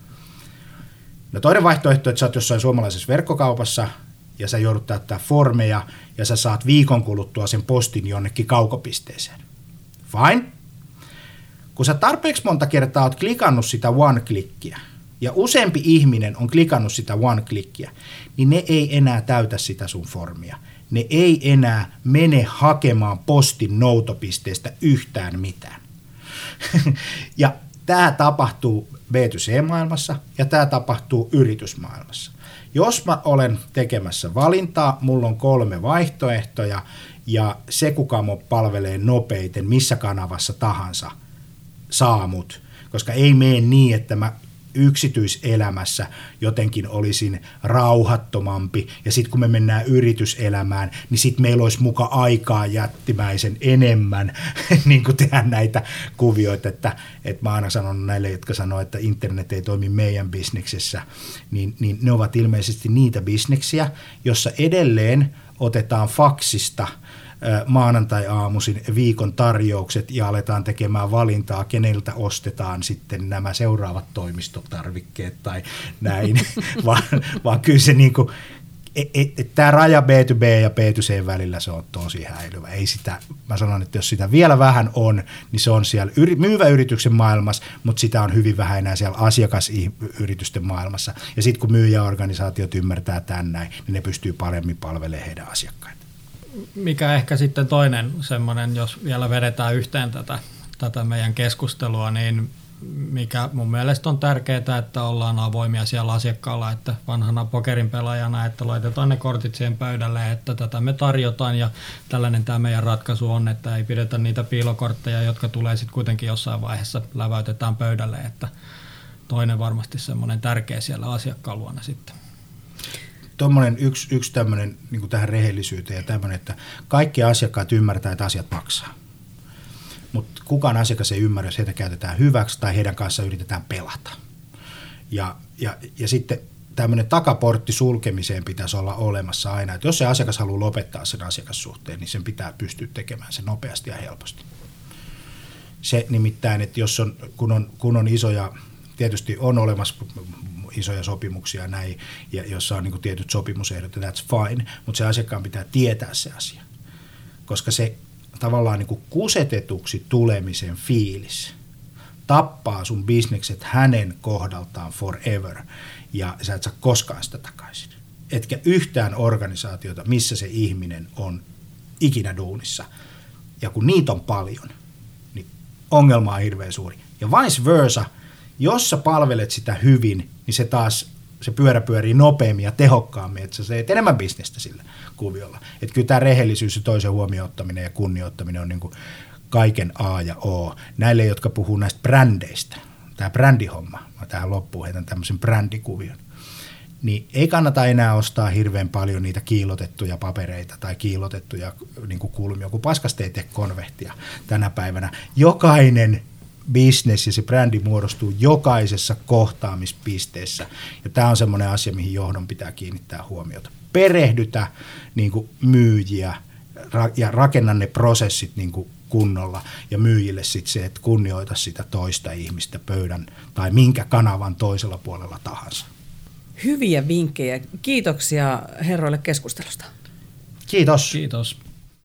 Speaker 2: No toinen vaihtoehto, että sä oot jossain suomalaisessa verkkokaupassa, ja sä joudut täyttää formeja, ja sä saat viikon kuluttua sen postin jonnekin kaukopisteeseen. Fine. Kun sä tarpeeksi monta kertaa oot klikannut sitä OneClickia, ja useampi ihminen on klikannut sitä OneClickia, niin ne ei enää täytä sitä sun formia. Ne ei enää mene hakemaan postin noutopisteestä yhtään mitään. Ja tämä tapahtuu B2C-maailmassa, ja tämä tapahtuu yritysmaailmassa. Jos mä olen tekemässä valintaa, mulla on 3 vaihtoehtoja, ja se, kuka mut palvelee nopeiten missä kanavassa tahansa, saa mut. Koska ei mene niin, että mä yksityiselämässä jotenkin olisin rauhattomampi, ja sitten kun me mennään yrityselämään, niin sitten meillä olisi muka aikaa jättimäisen enemmän niin kuin tehdä näitä kuvioita, että mä aina sanon näille, jotka sanoo, että internet ei toimi meidän bisneksessä, niin ne ovat ilmeisesti niitä bisneksiä, jossa edelleen otetaan faksista maanantai-aamuisin viikon tarjoukset ja aletaan tekemään valintaa, keneltä ostetaan sitten nämä seuraavat toimistotarvikkeet tai näin, vaan kyllä se niin kuin, tämä raja B2B ja B2C välillä se on tosi häilyvä. Ei sitä, mä sanon, että jos sitä vielä vähän on, niin se on siellä myyvä yrityksen maailmassa, mutta sitä on hyvin vähän enää siellä asiakasyritysten maailmassa. Ja sitten kun myyjäorganisaatiot ymmärtää tämän näin, niin ne pystyy paremmin palvelemaan heidän asiakkaita.
Speaker 3: Mikä ehkä sitten toinen semmoinen, jos vielä vedetään yhteen tätä meidän keskustelua, niin mikä mun mielestä on tärkeää, että ollaan avoimia siellä asiakkaalla, että vanhana pokerin pelaajana, että laitetaan ne kortit siihen pöydälle, että tätä me tarjotaan ja tällainen tämä meidän ratkaisu on, että ei pidetä niitä piilokortteja, jotka tulee sitten kuitenkin jossain vaiheessa läväytetään pöydälle, että toinen varmasti semmoinen tärkeä siellä asiakkaan luona sitten.
Speaker 2: Tuommoinen yksi tämmöinen niin tähän rehellisyyteen ja tämmöinen, että kaikki asiakkaat ymmärtää, että asiat maksaa. Mutta kukaan asiakas ei ymmärrä, jos heitä käytetään hyväksi tai heidän kanssa yritetään pelata. Ja sitten tämmöinen takaportti sulkemiseen pitäisi olla olemassa aina, että jos se asiakas haluaa lopettaa sen asiakassuhteen, niin sen pitää pystyä tekemään se nopeasti ja helposti. Se nimittäin, että jos kun on isoja, tietysti on olemassa isoja sopimuksia näin, ja jossa on niin kuin tietyt sopimusehdot, ja that's fine, mutta se asiakkaan pitää tietää se asia. Koska se tavallaan niin kuin kusetetuksi tulemisen fiilis tappaa sun bisnekset hänen kohdaltaan forever, ja sä et saa koskaan sitä takaisin. Etkä yhtään organisaatiota, missä se ihminen on ikinä duunissa. Ja kun niitä on paljon, niin ongelma on hirveän suuri. Ja vice versa, jos sä palvelet sitä hyvin, niin se pyörä pyörii nopeammin ja tehokkaammin, että sä teet enemmän bisnestä sillä kuviolla. Että kyllä tämä rehellisyys ja toisen huomioon ottaminen ja kunnioittaminen on niin kuin kaiken A ja O. Näille, jotka puhuu näistä brändeistä, tämä brändihomma, mä tähän loppuun heitän tämmöisen brändikuvion, niin ei kannata enää ostaa hirveän paljon niitä kiilotettuja papereita tai kiilotettuja niin kuin kulmia, kun paskasta ei tee konvehtia tänä päivänä. Jokainen business ja se brändi muodostuu jokaisessa kohtaamispisteessä, ja tämä on semmoinen asia, mihin johdon pitää kiinnittää huomiota. Perehdytä niin kuin myyjiä ja rakenna ne prosessit niin kuin kunnolla, ja myyjille sitten se, että kunnioita sitä toista ihmistä pöydän tai minkä kanavan toisella puolella tahansa.
Speaker 1: Hyviä vinkkejä. Kiitoksia herroille keskustelusta.
Speaker 2: Kiitos.
Speaker 3: Kiitos.